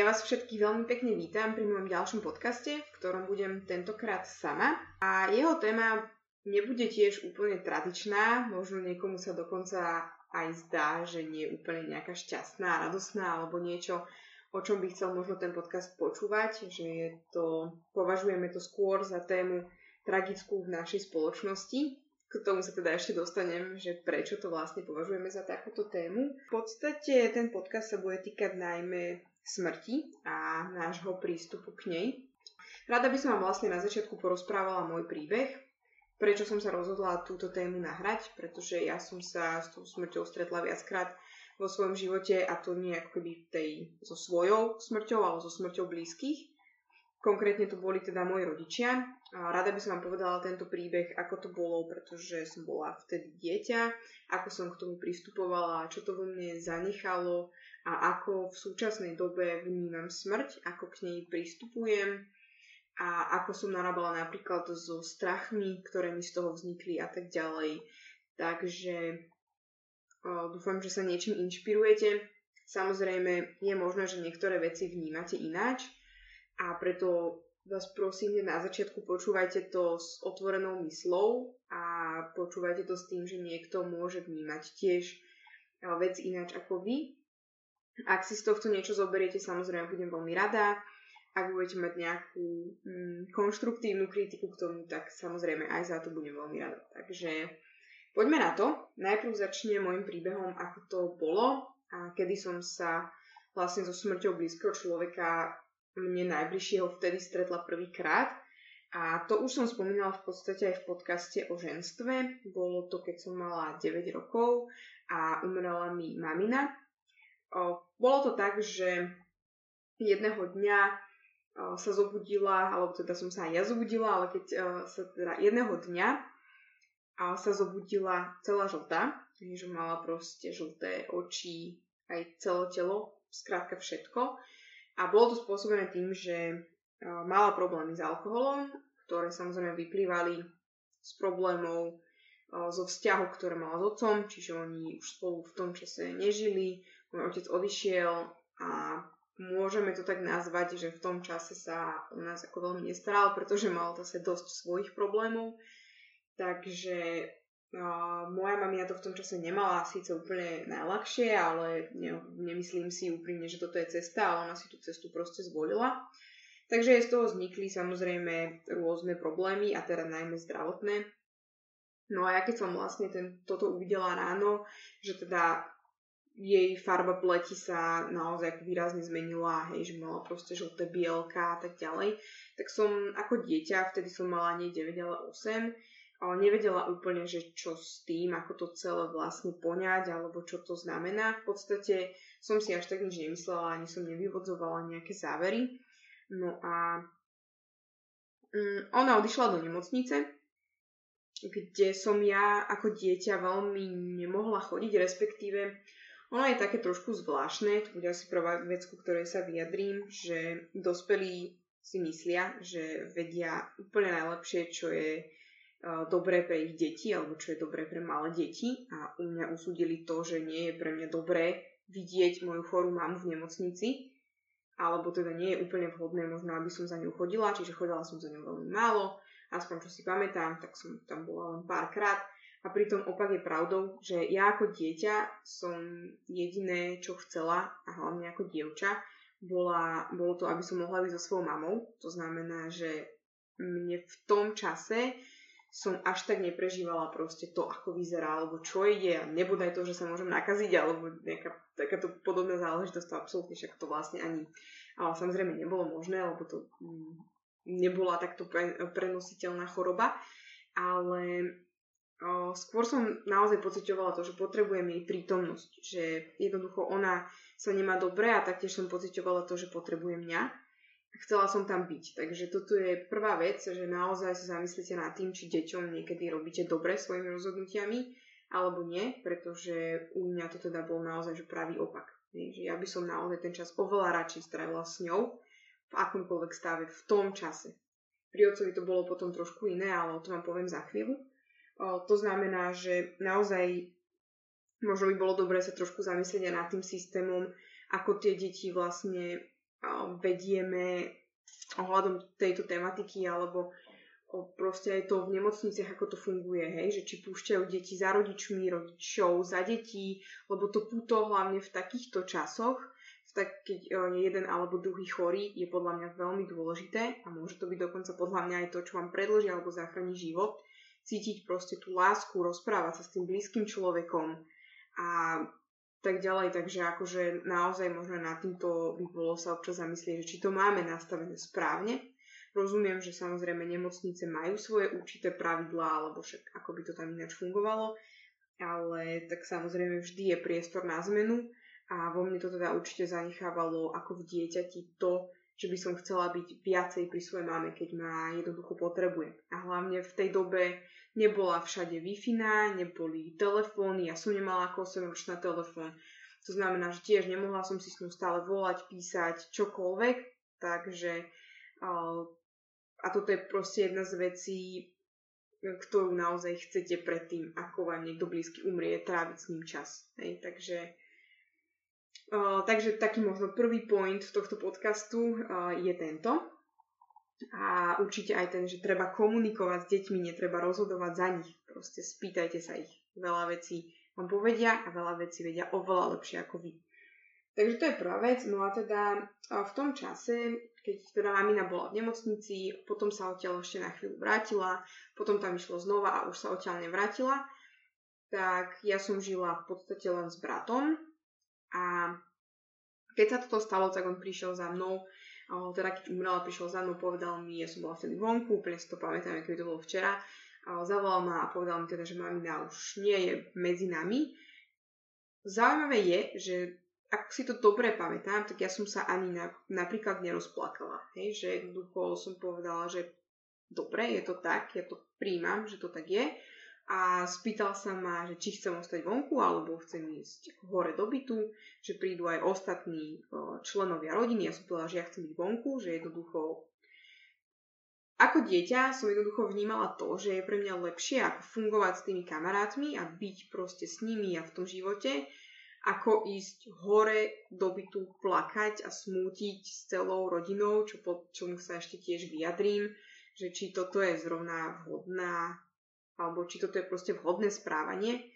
Ja vás všetkých veľmi pekne vítam pri mojom ďalšom podcaste, v ktorom budem tentokrát sama. A jeho téma nebude tiež úplne tradičná, možno niekomu sa dokonca aj zdá, že nie je úplne nejaká šťastná, radosná alebo niečo, o čom by chcel možno ten podcast počúvať, že považujeme to skôr za tému tragickú v našej spoločnosti. K tomu sa teda ešte dostanem, že prečo to vlastne považujeme za takúto tému. V podstate ten podcast sa bude týkať najmä smrti a nášho prístupu k nej. Rada by som vám vlastne na začiatku porozprávala môj príbeh, prečo som sa rozhodla túto tému nahrať, pretože ja som sa s tou smrťou stretla viackrát vo svojom živote a to nie ako keby so svojou smrťou, ale so smrťou blízkych. Konkrétne to boli teda moji rodičia. Rada by som vám povedala tento príbeh, ako to bolo, pretože som bola vtedy dieťa, ako som k tomu pristupovala, čo to vo mne zanechalo a ako v súčasnej dobe vnímam smrť, ako k nej pristupujem a ako som narábala napríklad so strachmi, ktoré mi z toho vznikli a tak ďalej. Takže dúfam, že sa niečím inšpirujete. Samozrejme, je možné, že niektoré veci vnímate ináč, a preto vás prosím, na začiatku počúvajte to s otvorenou myslou a počúvajte to s tým, že niekto môže vnímať tiež vec ináč ako vy. Ak si z tohto niečo zoberiete, samozrejme budem veľmi rada. Ak budete mať nejakú konštruktívnu kritiku k tomu, tak samozrejme aj za to budem veľmi rada. Takže poďme na to. Najprv začnem môjim príbehom, ako to bolo a kedy som sa vlastne so smrťou blízkeho človeka mne najbližšieho vtedy stretla prvýkrát. A to už som spomínala v podstate aj v podcaste o ženstve. Bolo to, keď som mala 9 rokov a umrela mi mamina. Bolo to tak, že jedného dňa sa zobudila, alebo teda som sa aj ja zobudila, ale keď sa teda jedného dňa sa zobudila celá žltá, že mala proste žlté oči, aj celé telo, skrátka všetko. A bolo to spôsobené tým, že mala problémy s alkoholom, ktoré samozrejme vyplývali z problémov zo vzťahu, ktoré mala s otcom, čiže oni už spolu v tom čase nežili, môj otec odišiel a môžeme to tak nazvať, že v tom čase sa o nás ako veľmi nestaral, pretože mal zase dosť svojich problémov. Takže moja mamina to v tom čase nemala síce úplne najľahšie, ale nemyslím si úprimne, že toto je cesta, ale ona si tú cestu proste zvolila. Takže z toho vznikli samozrejme rôzne problémy a teda najmä zdravotné. No a ja keď som vlastne toto uvidela ráno, že teda jej farba pleti sa naozaj výrazne zmenila, že mala proste žlté bielka a tak ďalej, tak som ako dieťa, vtedy som mala nie 9, ale 8, nevedela úplne, že čo s tým, ako to celé vlastne poňať, alebo čo to znamená. V podstate som si až tak nič nemyslela, ani som nevyvodzovala nejaké závery. No a ona odišla do nemocnice, kde som ja ako dieťa veľmi nemohla chodiť, respektíve ono je také trošku zvláštne, to bude asi prvá vec, ku ktorej sa vyjadrím, že dospelí si myslia, že vedia úplne najlepšie, čo je dobré pre ich deti, alebo čo je dobré pre malé deti a u mňa usúdili to, že nie je pre mňa dobré vidieť moju chorú mamu v nemocnici, alebo teda nie je úplne vhodné možno, aby som za ňou chodila, čiže chodila som za ňou veľmi málo, aspoň čo si pamätám, tak som tam bola len párkrát a pritom opak je pravdou, že ja ako dieťa som jediné, čo chcela a hlavne ako dievča, bolo to, aby som mohla byť so svojou mamou, to znamená, že mne v tom čase som až tak neprežívala proste to, ako vyzerá, alebo čo ide a nebodaj to, že sa môžem nakaziť, alebo nejaká takáto podobná záležitosť, to absolútne však to vlastne ani samozrejme nebolo možné, lebo to nebola takto prenositeľná choroba, ale skôr som naozaj pociťovala to, že potrebujem jej prítomnosť, že jednoducho ona sa nemá dobre a taktiež som pociťovala to, že potrebuje mňa. Chcela som tam byť. Takže toto je prvá vec, že naozaj sa zamyslite nad tým, či deťom niekedy robíte dobre svojimi rozhodnutiami, alebo nie, pretože u mňa to teda bol naozaj že pravý opak. Že ja by som naozaj ten čas oveľa radšej strávila s ňou v akomkoľvek stave v tom čase. Pri otcovi to bolo potom trošku iné, ale o tom vám poviem za chvíľu. To znamená, že naozaj možno by bolo dobré sa trošku zamyslieť aj nad tým systémom, ako tie deti vlastne vedieme ohľadom tejto tematiky, alebo proste aj to v nemocniciach, ako to funguje, hej, že či púšťajú deti za rodičmi, rodičov, za detí, lebo to puto hlavne v takýchto časoch, keď je jeden alebo druhý chorý, je podľa mňa veľmi dôležité a môže to byť dokonca podľa mňa aj to, čo vám predĺží alebo zachráni život, cítiť proste tú lásku, rozprávať sa s tým blízkym človekom a tak ďalej, takže akože naozaj možno nad týmto by bolo sa občas zamyslieť, že či to máme nastavené správne. Rozumiem, že samozrejme nemocnice majú svoje určité pravidlá, alebo však ako by to tam ináč fungovalo, ale tak samozrejme vždy je priestor na zmenu a vo mne to teda určite zanechávalo ako v dieťati to, že by som chcela byť viacej pri svojej mame, keď ma jednoducho potrebuje. A hlavne v tej dobe nebola všade Wi-Fi, neboli telefóny, ja som nemala ako 8-ročná telefón. To znamená, že tiež nemohla som si s ňou stále volať, písať, čokoľvek, takže a toto je proste jedna z vecí, ktorú naozaj chcete predtým, ako vám niekto blízky umrie, tráviť s ním čas. Hej? Takže taký možno prvý point tohto podcastu je tento. A určite aj ten, že treba komunikovať s deťmi, netreba rozhodovať za nich. Proste spýtajte sa ich. Veľa vecí vám povedia a veľa vecí vedia oveľa lepšie ako vy. Takže to je prvá vec. No a teda v tom čase, keď teda mamina bola v nemocnici, potom sa odtiaľ ešte na chvíľu vrátila, potom tam išlo znova a už sa odtiaľ nevrátila, tak ja som žila v podstate len s bratom a keď sa toto stalo, tak on prišiel za mnou, teda keď umrela, prišiel za mnou, povedal mi, ja som bola vtedy vonku, úplne si to pamätám, ako to bolo včera, zavolal ma a povedal mi teda, že mamina už nie je medzi nami. Zaujímavé je, že ak si to dobre pamätám, tak ja som sa ani napríklad nerozplakala. Hej? Že jednoducho som povedala, že dobre, je to tak, ja to príjmam, že to tak je. A spýtal sa ma, že či chcem ostať vonku, alebo chcem ísť hore do bytu, že prídu aj ostatní členovia rodiny. Ja som povedala, že ja chcem byť vonku, že jednoducho ako dieťa som jednoducho vnímala to, že je pre mňa lepšie ako fungovať s tými kamarátmi a byť proste s nimi a v tom živote, ako ísť hore do bytu, plakať a smútiť s celou rodinou, čomu sa ešte tiež vyjadrím, že či toto je zrovna vhodná, alebo či toto je proste vhodné správanie,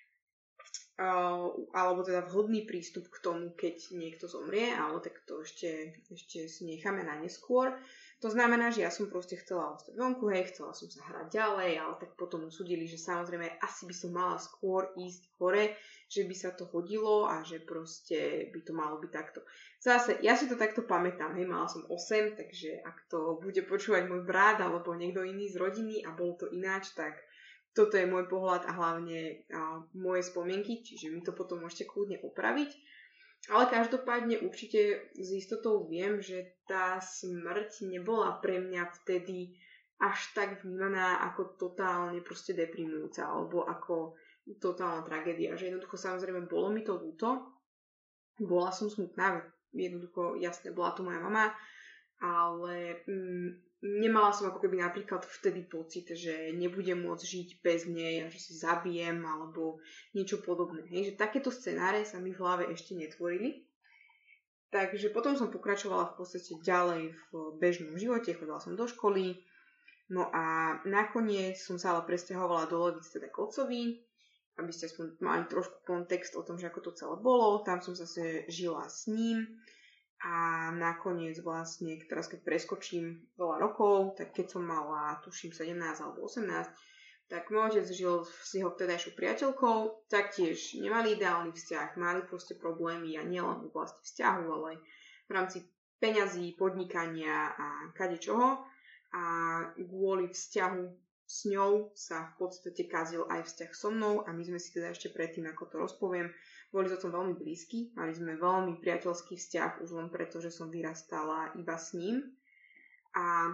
alebo teda vhodný prístup k tomu, keď niekto zomrie, ale tak to ešte si necháme na neskôr. To znamená, že ja som proste chcela ostať vonku, chcela som sa hrať ďalej, ale tak potom usúdili, že samozrejme asi by som mala skôr ísť hore, že by sa to hodilo a že proste by to malo byť takto. Zase, ja si to takto pamätám, mala som 8, takže ak to bude počúvať môj brat alebo niekto iný z rodiny a bolo to ináč, tak toto je môj pohľad a hlavne moje spomienky, čiže mi to potom môžete kľudne opraviť. Ale každopádne určite s istotou viem, že tá smrť nebola pre mňa vtedy až tak vnímaná ako totálne proste deprimujúca alebo ako totálna tragédia. Že jednoducho samozrejme bolo mi to ľúto, bola som smutná, jednoducho jasne bola to moja mama, ale nemala som ako keby napríklad vtedy pocit, že nebudem môcť žiť bez nej a že si zabijem alebo niečo podobné. Hej? Že takéto scenáre sa mi v hlave ešte netvorili. Takže potom som pokračovala v podstate ďalej v bežnom živote, chodila som do školy. No a nakoniec som sa ale presťahovala do Levic, teda k otcovi, aby ste aspoň mali trošku kontext o tom, že ako to celé bolo. Tam som zase žila s ním. A nakoniec vlastne, teraz keď preskočím veľa rokov, tak keď som mala, tuším, 17 alebo 18, tak môj otec žil s jeho vtedajšou priateľkou, taktiež nemali ideálny vzťah, mali proste problémy a nielen v oblasti vzťahu, ale v rámci peňazí, podnikania a kadečoho. A kvôli vzťahu s ňou sa v podstate kazil aj vzťah so mnou a my sme si teda ešte predtým, ako to rozpoviem, boli s otcom veľmi blízki, mali sme veľmi priateľský vzťah už len preto, že som vyrastala iba s ním a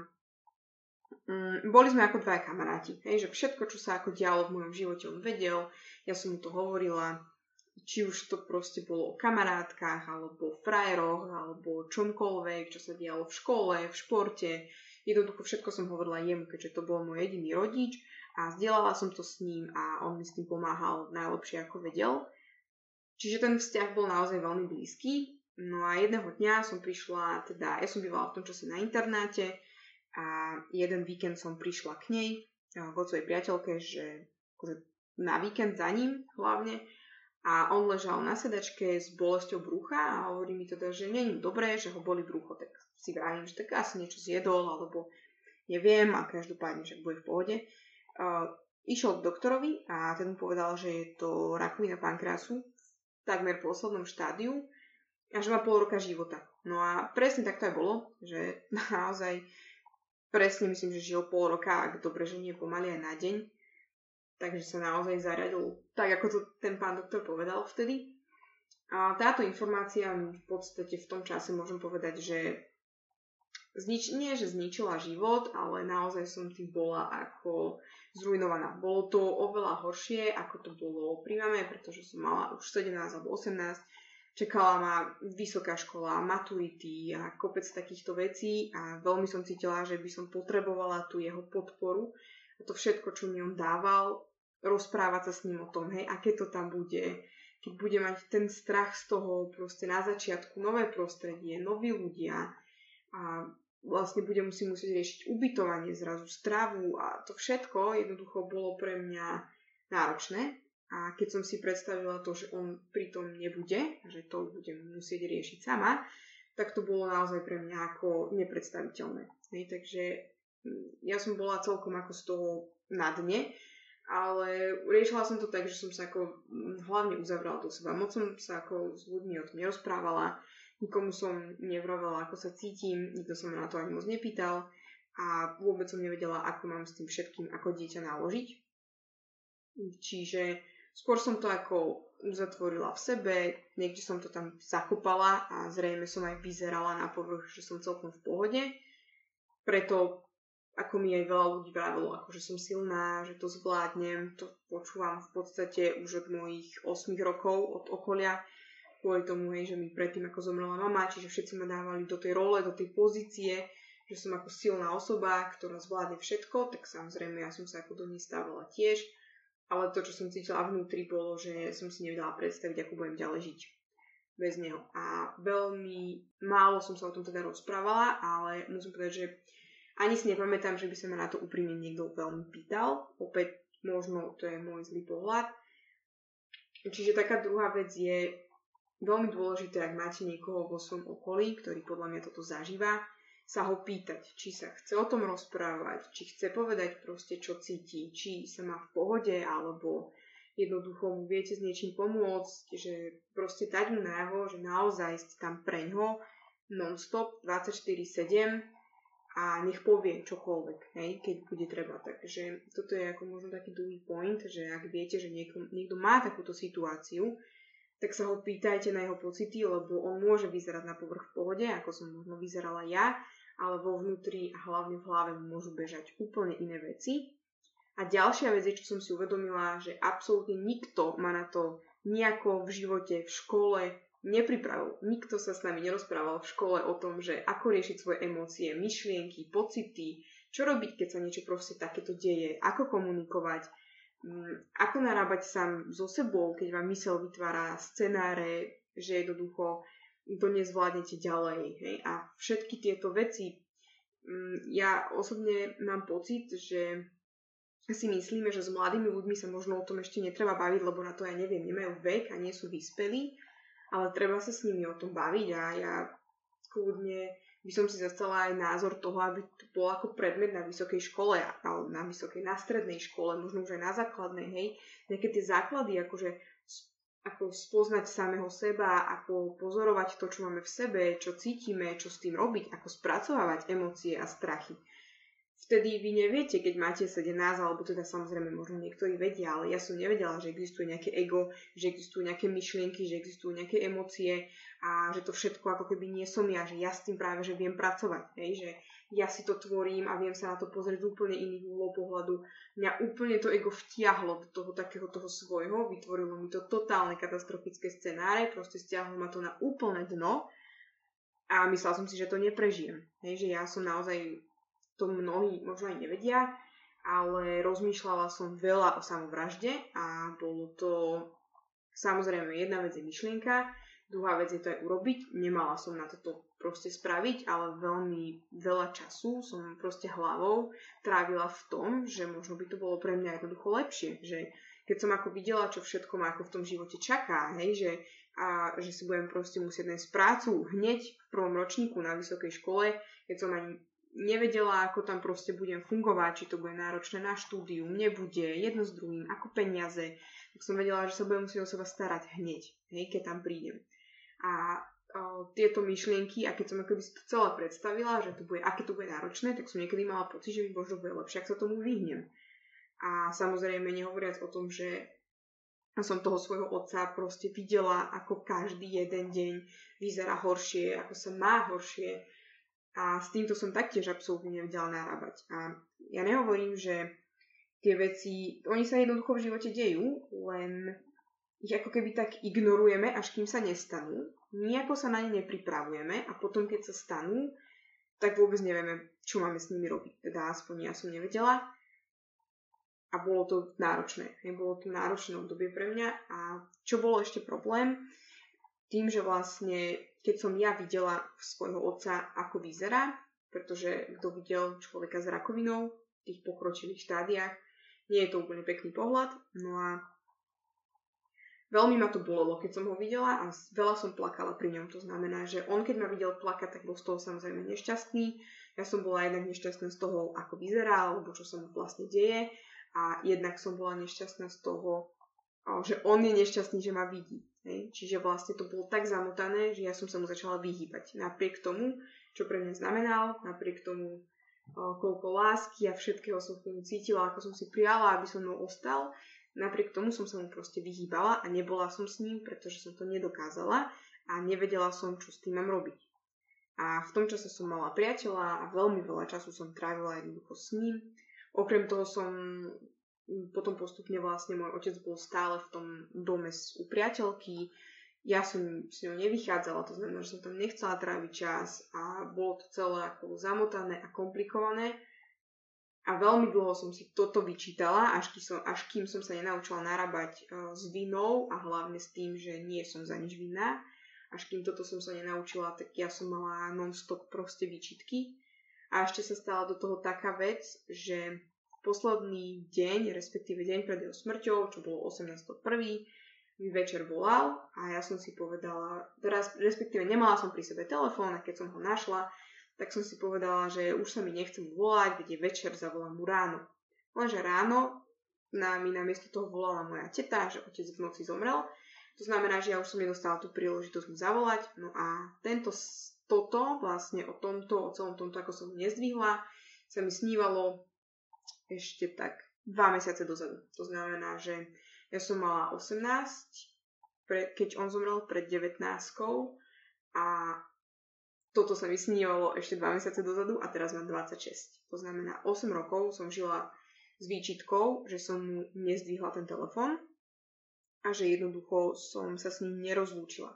boli sme ako dvaja kamaráti, že všetko, čo sa ako dialo v mojom živote, on vedel, ja som mu to hovorila, či už to proste bolo o kamarátkach, alebo o frajeroch, alebo čomkoľvek, čo sa dialo v škole, v športe, jednoducho všetko som hovorila jemu, keďže to bol môj jediný rodič a zdieľala som to s ním a on mi s tým pomáhal najlepšie ako vedel. Čiže ten vzťah bol naozaj veľmi blízky No a jedného dňa som prišla, teda ja som bývala v tom čase na internáte a jeden víkend som prišla k nej, k svojej priateľke, že akože na víkend za ním hlavne. A on ležal na sedačke s bolesťou brucha a hovorí mi teda, že nie je dobré, že ho boli brucho. Tak si vravím, že tak asi niečo zjedol, alebo neviem, a každopádne, že bude v pohode. Išiel k doktorovi a ten mu povedal, že je to rakovina pankreasu v takmer poslednom štádiu a že má pol roka života. No a presne tak to aj bolo, že naozaj presne myslím, že žil pol roka, ak dobre, že nie pomaly aj na deň. Takže sa naozaj zariadil tak, ako to ten pán doktor povedal vtedy. A táto informácia v podstate v tom čase môžem povedať, že nie, že zničila život, ale naozaj som tým bola ako zrujnovaná. Bolo to oveľa horšie, ako to bolo pri mame, pretože som mala už 17 alebo 18. Čakala ma vysoká škola, maturity a kopec takýchto vecí a veľmi som cítila, že by som potrebovala tú jeho podporu a to všetko, čo mi on dával, rozprávať sa s ním o tom, hej, aké to tam bude, keď bude mať ten strach z toho proste na začiatku, nové prostredie, noví ľudia a vlastne budem si musieť riešiť ubytovanie, zrazu stravu a to všetko jednoducho bolo pre mňa náročné. A keď som si predstavila to, že on pritom nebude, že to budem musieť riešiť sama, tak to bolo naozaj pre mňa ako nepredstaviteľné. Takže ja som bola celkom ako z toho na dne, ale riešila som to tak, že som sa ako hlavne uzavrala do seba. Moc som sa ako s ľuďmi o tom nerozprávala, nikomu som nevravela, ako sa cítim, nikto sa ma na to ani moc nepýtal a vôbec som nevedela, ako mám s tým všetkým ako dieťa naložiť. Čiže skôr som to ako uzatvorila v sebe, niekde som to tam zakopala a zrejme som aj vyzerala na povrch, že som celkom v pohode. Preto ako mi aj veľa ľudí vravelo, ako že som silná, že to zvládnem, to počúvam v podstate už od mojich 8 rokov, od okolia, kvôli tomu, hej, že mi predtým ako zomrela mama, čiže všetci ma dávali do tej role, do tej pozície, že som ako silná osoba, ktorá zvládne všetko, tak samozrejme ja som sa ako do nej stávala tiež, ale to, čo som cítila vnútri, bolo, že som si nevedela predstaviť, ako budem ďalej žiť bez neho. A veľmi málo som sa o tom teda rozprávala, ale musím povedať, že ani si nepamätám, že by sa ma na to úprimne niekto veľmi pýtal. Opäť možno to je môj zlý pohľad. Čiže taká druhá vec je veľmi dôležité, ak máte niekoho vo svojom okolí, ktorý podľa mňa toto zažíva, sa ho pýtať, či sa chce o tom rozprávať, či chce povedať proste, čo cíti, či sa má v pohode, alebo jednoducho mu viete s niečím pomôcť, že proste dať mu najavo, že naozaj ste tam preňho non-stop 24/7 a nech povie čokoľvek, hej, keď bude treba. Takže toto je ako možno taký druhý point, že ak viete, že niekto má takúto situáciu, tak sa ho pýtajte na jeho pocity, lebo on môže vyzerať na povrch v pohode, ako som možno vyzerala ja, ale vo vnútri a hlavne v hlave môžu bežať úplne iné veci. A ďalšia vec je, čo som si uvedomila, že absolútne nikto ma na to nejako v živote, v škole nepripravil. Nikto sa s nami nerozprával v škole o tom, že ako riešiť svoje emócie, myšlienky, pocity, čo robiť, keď sa niečo proste takéto deje, ako komunikovať, ako narábať sám so sebou, keď vám myseľ vytvára scenáre, že jednoducho to nezvládnete ďalej. Hej? A všetky tieto veci, ja osobne mám pocit, že si myslíme, že s mladými ľuďmi sa možno o tom ešte netreba baviť, lebo na to ja neviem, nemajú vek a nie sú vyspelí, ale treba sa s nimi o tom baviť a ja kľudne by som si zastala aj názor toho, aby to bol ako predmet na vysokej škole, alebo na strednej škole, možno už aj na základnej, hej, nejaké tie základy, akože ako spoznať samého seba, ako pozorovať to, čo máme v sebe, čo cítime, čo s tým robiť, ako spracovávať emócie a strachy. Vtedy vy neviete, keď máte 17, alebo teda samozrejme možno niektorí vedia, ale ja som nevedela, že existuje nejaké ego, že existujú nejaké myšlienky, že existujú nejaké emócie a že to všetko ako keby nie som ja, že ja s tým práve že viem pracovať, hej, že ja si to tvorím a viem sa na to pozrieť z úplne iných uhlov pohľadu. Mňa úplne to ego vtiahlo do toho takého toho svojho, vytvorilo mi to totálne katastrofické scenáre, proste stiahlo ma to na úplné dno a myslela som si, že to neprežijem, hej, že ja som naozaj, to mnohí možno aj nevedia, ale rozmýšľala som veľa o samovražde a bolo to, samozrejme, jedna vec je myšlienka, Druhá vec je to aj urobiť. Nemala som na toto proste spraviť, ale veľmi veľa času som proste hlavou trávila v tom, že možno by to bolo pre mňa jednoducho lepšie. Že keď som ako videla, čo všetko ma ako v tom živote čaká, hej, že si budem proste musieť nájsť prácu hneď v prvom ročníku na vysokej škole, keď som ani nevedela, ako tam proste budem fungovať, či to bude náročné na štúdium, nebude, jedno s druhým, ako peniaze, tak som vedela, že sa budem musieť o seba starať hneď, hej, keď tam prídem. A tieto myšlienky, a keď som akoby si to celé predstavila, že to bude, aké to bude náročné, tak som niekedy mala pocit, že by možno bude lepšie, ak sa tomu vyhnem. A samozrejme nehovoriac o tom, že som toho svojho otca proste videla, ako každý jeden deň vyzerá horšie, ako sa má horšie. A s týmto som taktiež absolútne nevedela narábať. A ja nehovorím, že tie veci, oni sa jednoducho v živote dejú, len ich ako keby tak ignorujeme, až kým sa nestanú. Nijako sa na ne nepripravujeme a potom, keď sa stanú, tak vôbec nevieme, čo máme s nimi robiť. Teda aspoň ja som nevedela. A bolo to náročné. Bolo to náročné obdobie pre mňa. A čo bolo ešte problém? Tým, že vlastne, keď som ja videla svojho otca, ako vyzerá, pretože kto videl človeka s rakovinou v tých pokročilých štádiách, nie je to úplne pekný pohľad. No a veľmi ma to bolelo, keď som ho videla a veľa som plakala pri ňom. To znamená, že on keď ma videl plakať, tak bol z toho samozrejme nešťastný. Ja som bola jednak nešťastná z toho, ako vyzerá, alebo čo sa mu vlastne deje. A jednak som bola nešťastná z toho, že on je nešťastný, že ma vidí. Hej? Čiže vlastne to bolo tak zamotané, že ja som sa mu začala vyhýbať. Napriek tomu, čo pre mňa znamenal, napriek tomu, koľko lásky a všetkého som k nemu cítila, ako som si prijala, aby som mnou ostal, napriek tomu som sa mu proste vyhýbala a nebola som s ním, pretože som to nedokázala a nevedela som, čo s tým mám robiť. A v tom čase som mala priateľa a veľmi veľa času som trávila jednoducho s ním. Okrem toho som potom postupne vlastne môj otec bol stále v tom dome u priateľky. Ja som s ňou nevychádzala, to znamená, že som tam nechcela tráviť čas a bolo to celé ako zamotané a komplikované. A veľmi dlho som si toto vyčítala, až kým som sa nenaučila narábať s vinou a hlavne s tým, že nie som za nič vinná. Až kým toto som sa nenaučila, tak ja som mala non-stop proste výčitky. A ešte sa stala do toho taká vec, že posledný deň, respektíve deň pred jeho smrťou, čo bolo 18.1., mi večer volal a ja som si povedala, teraz respektíve nemala som pri sebe telefón a keď som ho našla, tak som si povedala, že už sa mi nechcem volať, veď je večer, zavolám mu ráno. Lenže ráno mi namiesto toho volala moja teta, že otec v noci zomrel. To znamená, že ja už som nedostala tú príležitosť mu zavolať. No a toto vlastne o celom tomto, ako som ho nezdvihla, sa mi snívalo ešte tak 2 mesiace dozadu. To znamená, že ja som mala 18, keď on zomrel pred 19 a toto sa mi snívalo ešte 2 mesiace dozadu a teraz mám 26. To znamená, 8 rokov som žila s výčitkou, že som mu nezdvihla ten telefón a že jednoducho som sa s ním nerozlúčila.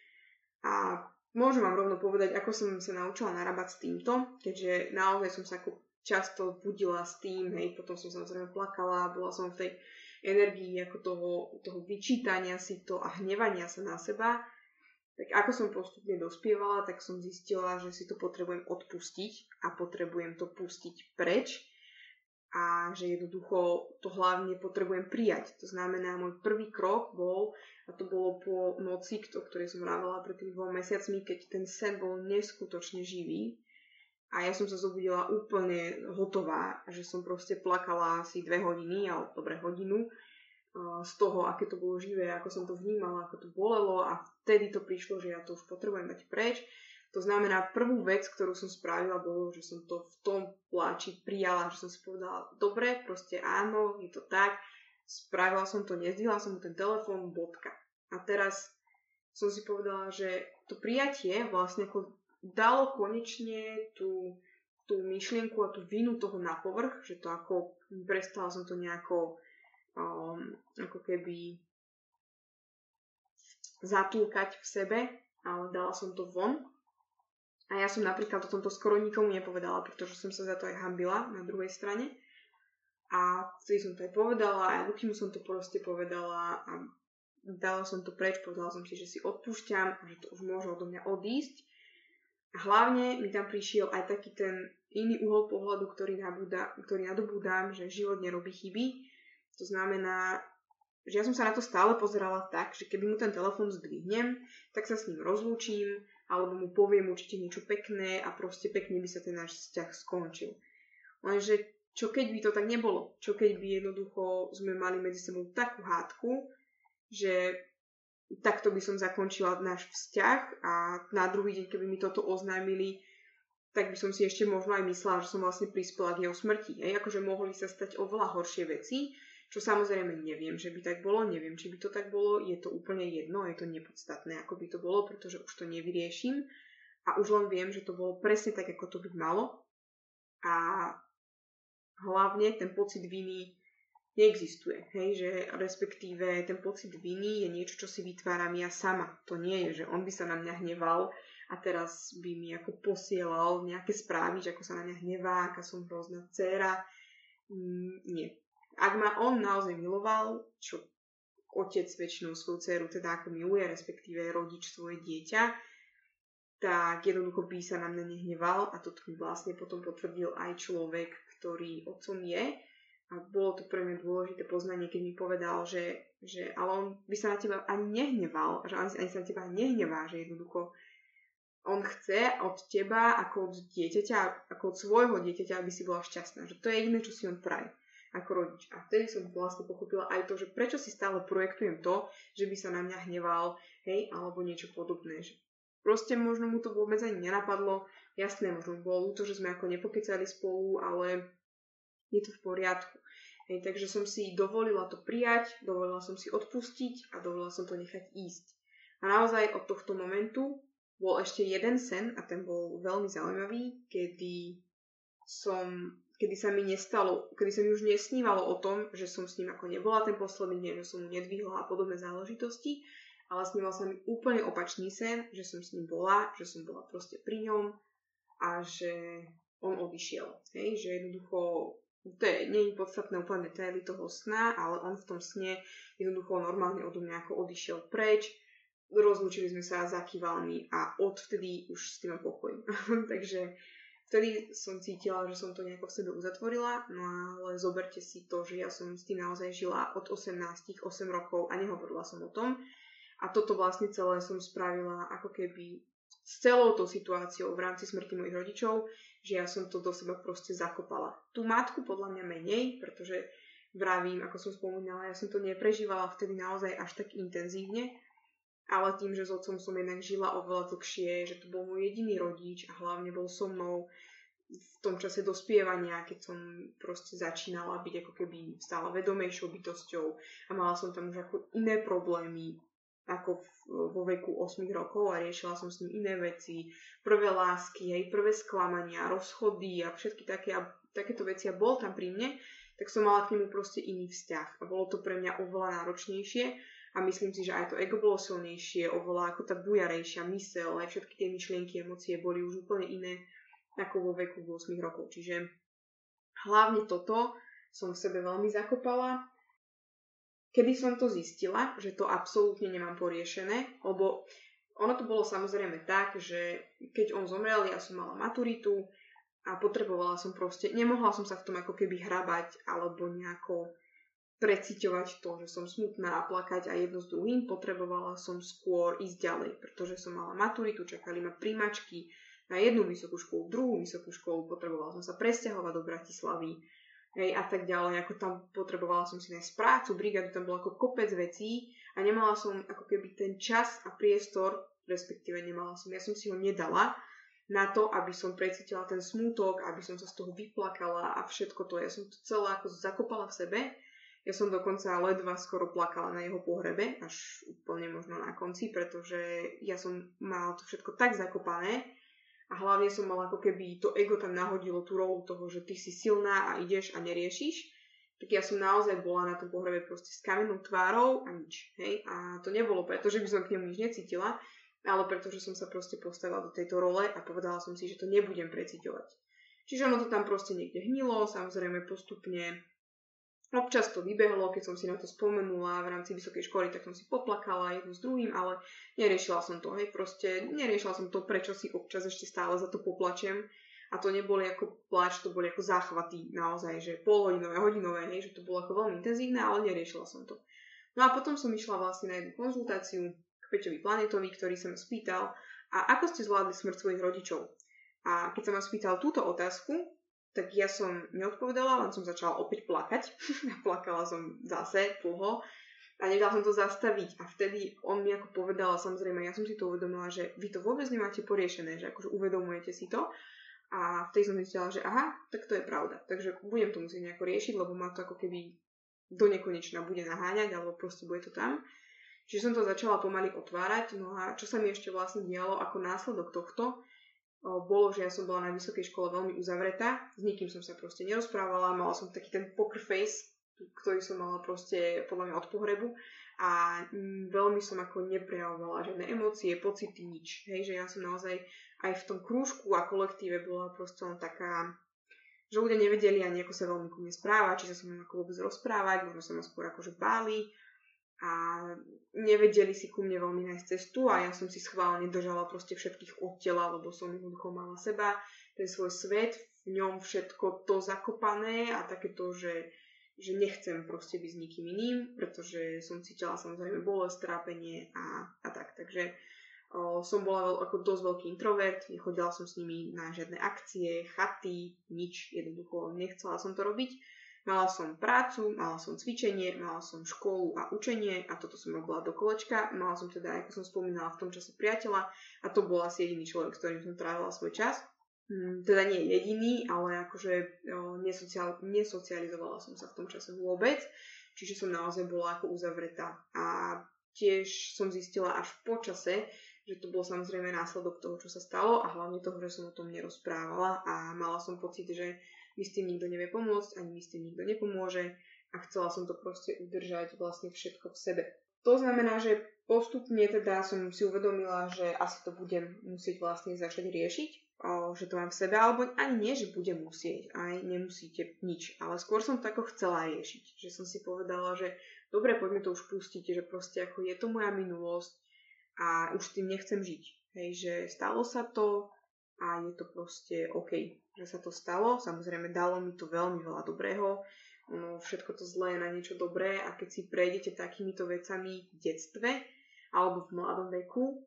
A môžem vám rovno povedať, ako som sa naučila narábať s týmto, keďže naozaj som sa ako často budila s tým, hej, potom som samozrejme plakala, bola som v tej energii ako toho vyčítania si to a hnevania sa na seba. Tak ako som postupne dospievala, tak som zistila, že si to potrebujem odpustiť a potrebujem to pustiť preč a že jednoducho to hlavne potrebujem prijať. To znamená, môj prvý krok bol, a to bolo po noci, o ktorej som vravela pred tými 2 mesiacmi, keď ten sen bol neskutočne živý a ja som sa zobudila úplne hotová, že som proste plakala asi 2 hodiny, alebo dobre hodinu, z toho, aké to bolo živé, ako som to vnímala, ako to bolelo a vtedy to prišlo, že ja to už potrebujem dať preč. To znamená, prvú vec, ktorú som spravila, bolo, že som to v tom pláči prijala, že som si povedala, dobre, proste áno, je to tak, spravila som to, nezdvihla som mu ten telefón, bodka. A teraz som si povedala, že to prijatie vlastne ako dalo konečne tú myšlienku a tú vinu toho na povrch, že to ako prestala som to nejako ako keby zatúkať v sebe, ale dala som to von. A ja som napríklad o tomto skoro nikomu nepovedala, pretože som sa za to aj hanbila na druhej strane. A vtedy som to aj povedala, aj Lukimu som to proste povedala a dala som to preč, povedala som si, že si odpúšťam a že to už môže odo mňa odísť. A hlavne mi tam prišiel aj taký ten iný uhol pohľadu, ktorý nadobúdam, že život nerobí chyby. To znamená, že ja som sa na to stále pozerala tak, že keby mu ten telefón zdvihnem, tak sa s ním rozlúčim, alebo mu poviem určite niečo pekné a proste pekne by sa ten náš vzťah skončil. Lenže čo keď by to tak nebolo? Čo keď by jednoducho sme mali medzi sebou takú hádku, že takto by som zakončila náš vzťah a na druhý deň, keby mi toto oznámili, tak by som si ešte možno aj myslela, že som vlastne prispela k jeho smrti. Akože mohli sa stať oveľa horšie veci, čo samozrejme neviem, že by tak bolo, neviem, či by to tak bolo, je to úplne jedno, je to nepodstatné, ako by to bolo, pretože už to nevyrieším a už len viem, že to bolo presne tak, ako to byť malo a hlavne ten pocit viny neexistuje, že respektíve ten pocit viny je niečo, čo si vytváram ja sama. To nie je, že on by sa na mňa hneval a teraz by mi ako posielal nejaké správy, že ako sa na mňa hnevá, aká som hrozná dcéra. Nie. Ak ma on naozaj miloval, čo otec väčšinou svoju dceru teda ako miluje, respektíve rodič svoje dieťa, tak jednoducho by sa na mňa nehneval a toto mi vlastne potom potvrdil aj človek, ktorý otcom je. A bolo to pre mňa dôležité poznanie, keď mi povedal, že ale on by sa na teba ani nehneval, že ani sa na teba nehnevá, že jednoducho on chce od teba ako od dieťaťa, ako od svojho dieťaťa, aby si bola šťastná. Že to je jediné, čo si on praje ako rodič. A vtedy som vlastne pochopila aj to, že prečo si stále projektujem to, že by sa na mňa hneval, alebo niečo podobné. Že proste možno mu to vôbec ani nenapadlo. Jasné, možno bolo ľúto, že sme ako nepokecali spolu, ale je to v poriadku. Takže som si dovolila to prijať, dovolila som si odpustiť a dovolila som to nechať ísť. A naozaj od tohto momentu bol ešte jeden sen a ten bol veľmi zaujímavý, kedy sa mi už nesnívalo o tom, že som s ním ako nebola ten posledný deň, že som mu nedvihla a podobné záležitosti, ale sníval sa mi úplne opačný sen, že som s ním bola, že som bola proste pri ňom a že on odišiel. Že jednoducho, to nie je podstatné úplne detaily toho sna, ale on v tom sne jednoducho normálne odo mňa ako odišiel preč, rozlúčili sme sa, zakýval mi a odvtedy už s tým mám pokoj. Takže vtedy som cítila, že som to nejako v sebe uzatvorila, no ale zoberte si to, že ja som s tým naozaj žila od 8 rokov a nehovorila som o tom. A toto vlastne celé som spravila ako keby s celou tou situáciou v rámci smrti mojich rodičov, že ja som to do seba proste zakopala. Tú matku podľa mňa menej, pretože vravím, ako som spomínala, ja som to neprežívala vtedy naozaj až tak intenzívne, ale tým, že s otcom som jednak žila oveľa dlhšie, že to bol môj jediný rodič a hlavne bol so mnou v tom čase dospievania, keď som proste začínala byť ako keby stále vedomejšou bytosťou a mala som tam už ako iné problémy ako vo veku 8 rokov a riešila som s ním iné veci, prvé lásky, prvé sklamania, rozchody a všetky takéto veci a bol tam pri mne, tak som mala k nemu proste iný vzťah a bolo to pre mňa oveľa náročnejšie. A myslím si, že aj to ego bolo silnejšie, oveľa ako tá bujarejšia myseľ, aj všetky tie myšlienky, emócie boli už úplne iné ako vo veku 8 rokov. Čiže hlavne toto som v sebe veľmi zakopala. Kedy som to zistila, že to absolútne nemám poriešené, lebo ono to bolo samozrejme tak, že keď on zomrel, ja som mala maturitu a potrebovala som proste, nemohla som sa v tom ako keby hrabať alebo nejako preciťovať to, že som smutná a plakať a jedno s druhým, potrebovala som skôr ísť ďalej, pretože som mala maturitu, čakali ma prijímačky na jednu vysokú školu, druhú vysokú školu, potrebovala som sa presťahovať do Bratislavy a tak ďalej, ako tam potrebovala som si nájsť prácu, brigádu, tam bolo ako kopec vecí a nemala som ako keby ten čas a priestor, respektíve ja som si ho nedala na to, aby som precítila ten smútok, aby som sa z toho vyplakala a všetko to, ja som to celé ako zakopala v sebe. Ja som dokonca ledva skoro plakala na jeho pohrebe, až úplne možno na konci, pretože ja som mala to všetko tak zakopané a hlavne som mala ako keby to ego tam nahodilo tú rolu toho, že ty si silná a ideš a neriešiš. Tak ja som naozaj bola na tom pohrebe proste s kamennou tvárou a nič. A to nebolo preto, že by som k nemu nič necítila, ale preto, že som sa proste postavila do tejto role a povedala som si, že to nebudem preciťovať. Čiže ono to tam proste niekde hnilo, samozrejme postupne Občas to vybehlo, keď som si na to spomenula v rámci vysokej školy, tak som si poplakala jednu s druhým, ale neriešila som to, proste neriešila som to, prečo si občas ešte stále za to poplačem. A to neboli ako pláč, to boli ako záchvaty naozaj, že polhodinové, hodinové, že to bolo ako veľmi intenzívne, ale neriešila som to. No a potom som išla vlastne na jednu konzultáciu k Peťovi Planetovi, ktorý sa ma spýtal, a ako ste zvládli smrť svojich rodičov? A keď sa ma spýtal túto otázku, tak ja som neodpovedala, len som začala opäť plakať. Plakala som zase dlho a nevedela som to zastaviť. A vtedy on mi ako povedal, samozrejme, ja som si to uvedomila, že vy to vôbec nemáte poriešené, že akože uvedomujete si to. A vtedy som zistila, že aha, tak to je pravda. Takže budem to musieť nejako riešiť, lebo ma to ako keby do nekonečna bude naháňať, alebo proste bude to tam. Čiže som to začala pomaly otvárať. No a čo sa mi ešte vlastne dialo ako následok tohto, bolo, že ja som bola na vysokej škole veľmi uzavretá, s nikým som sa proste nerozprávala, mala som taký ten poker face, ktorý som mala proste podľa mňa od pohrebu a veľmi som ako neprejavovala žiadne emócie, pocity, nič. Hej, že ja som naozaj aj v tom krúžku a kolektíve bola proste len taká, že ľudia nevedeli ani ako sa veľmi ku mne správať, či sa som ako vôbec rozprávať, možno sa ma skôr akože báli a nevedeli si ku mne veľmi nájsť cestu a ja som si schválne držala proste všetkých od tela, lebo som jednoducho mala seba, ten svoj svet, v ňom všetko to zakopané a takéto, že nechcem proste byť s nikým iným, pretože som cítila samozrejme bolesť, trápenie a tak. Takže som bola ako dosť veľký introvert, nechodila som s nimi na žiadne akcie, chaty, nič, jednoducho nechcela som to robiť. Mala som prácu, mala som cvičenie, mala som školu a učenie a toto som robila do kolečka. Mala som teda, ako som spomínala, v tom čase priateľa a to bol asi jediný človek, s ktorým som trávila svoj čas. Teda nie jediný, ale akože nesocializovala som sa v tom čase vôbec, čiže som naozaj bola ako uzavretá. A tiež som zistila až po čase, že to bol samozrejme následok toho, čo sa stalo a hlavne toho, že som o tom nerozprávala a mala som pocit, že mi s tým nikto nevie pomôcť, ani mi s tým nikto nepomôže a chcela som to proste udržať vlastne všetko v sebe. To znamená, že postupne teda som si uvedomila, že asi to budem musieť vlastne začať riešiť, že to mám v sebe, alebo ani nie, že budem musieť, aj nemusíte nič, ale skôr som to ako chcela riešiť, že som si povedala, že dobre, poďme to už pustiť, že proste ako je to moja minulosť a už s tým nechcem žiť. Hej, že stalo sa to a je to proste OK, že sa to stalo. Samozrejme, dalo mi to veľmi veľa dobrého. Všetko to zlé je na niečo dobré a keď si prejdete takýmito vecami v detstve alebo v mladom veku,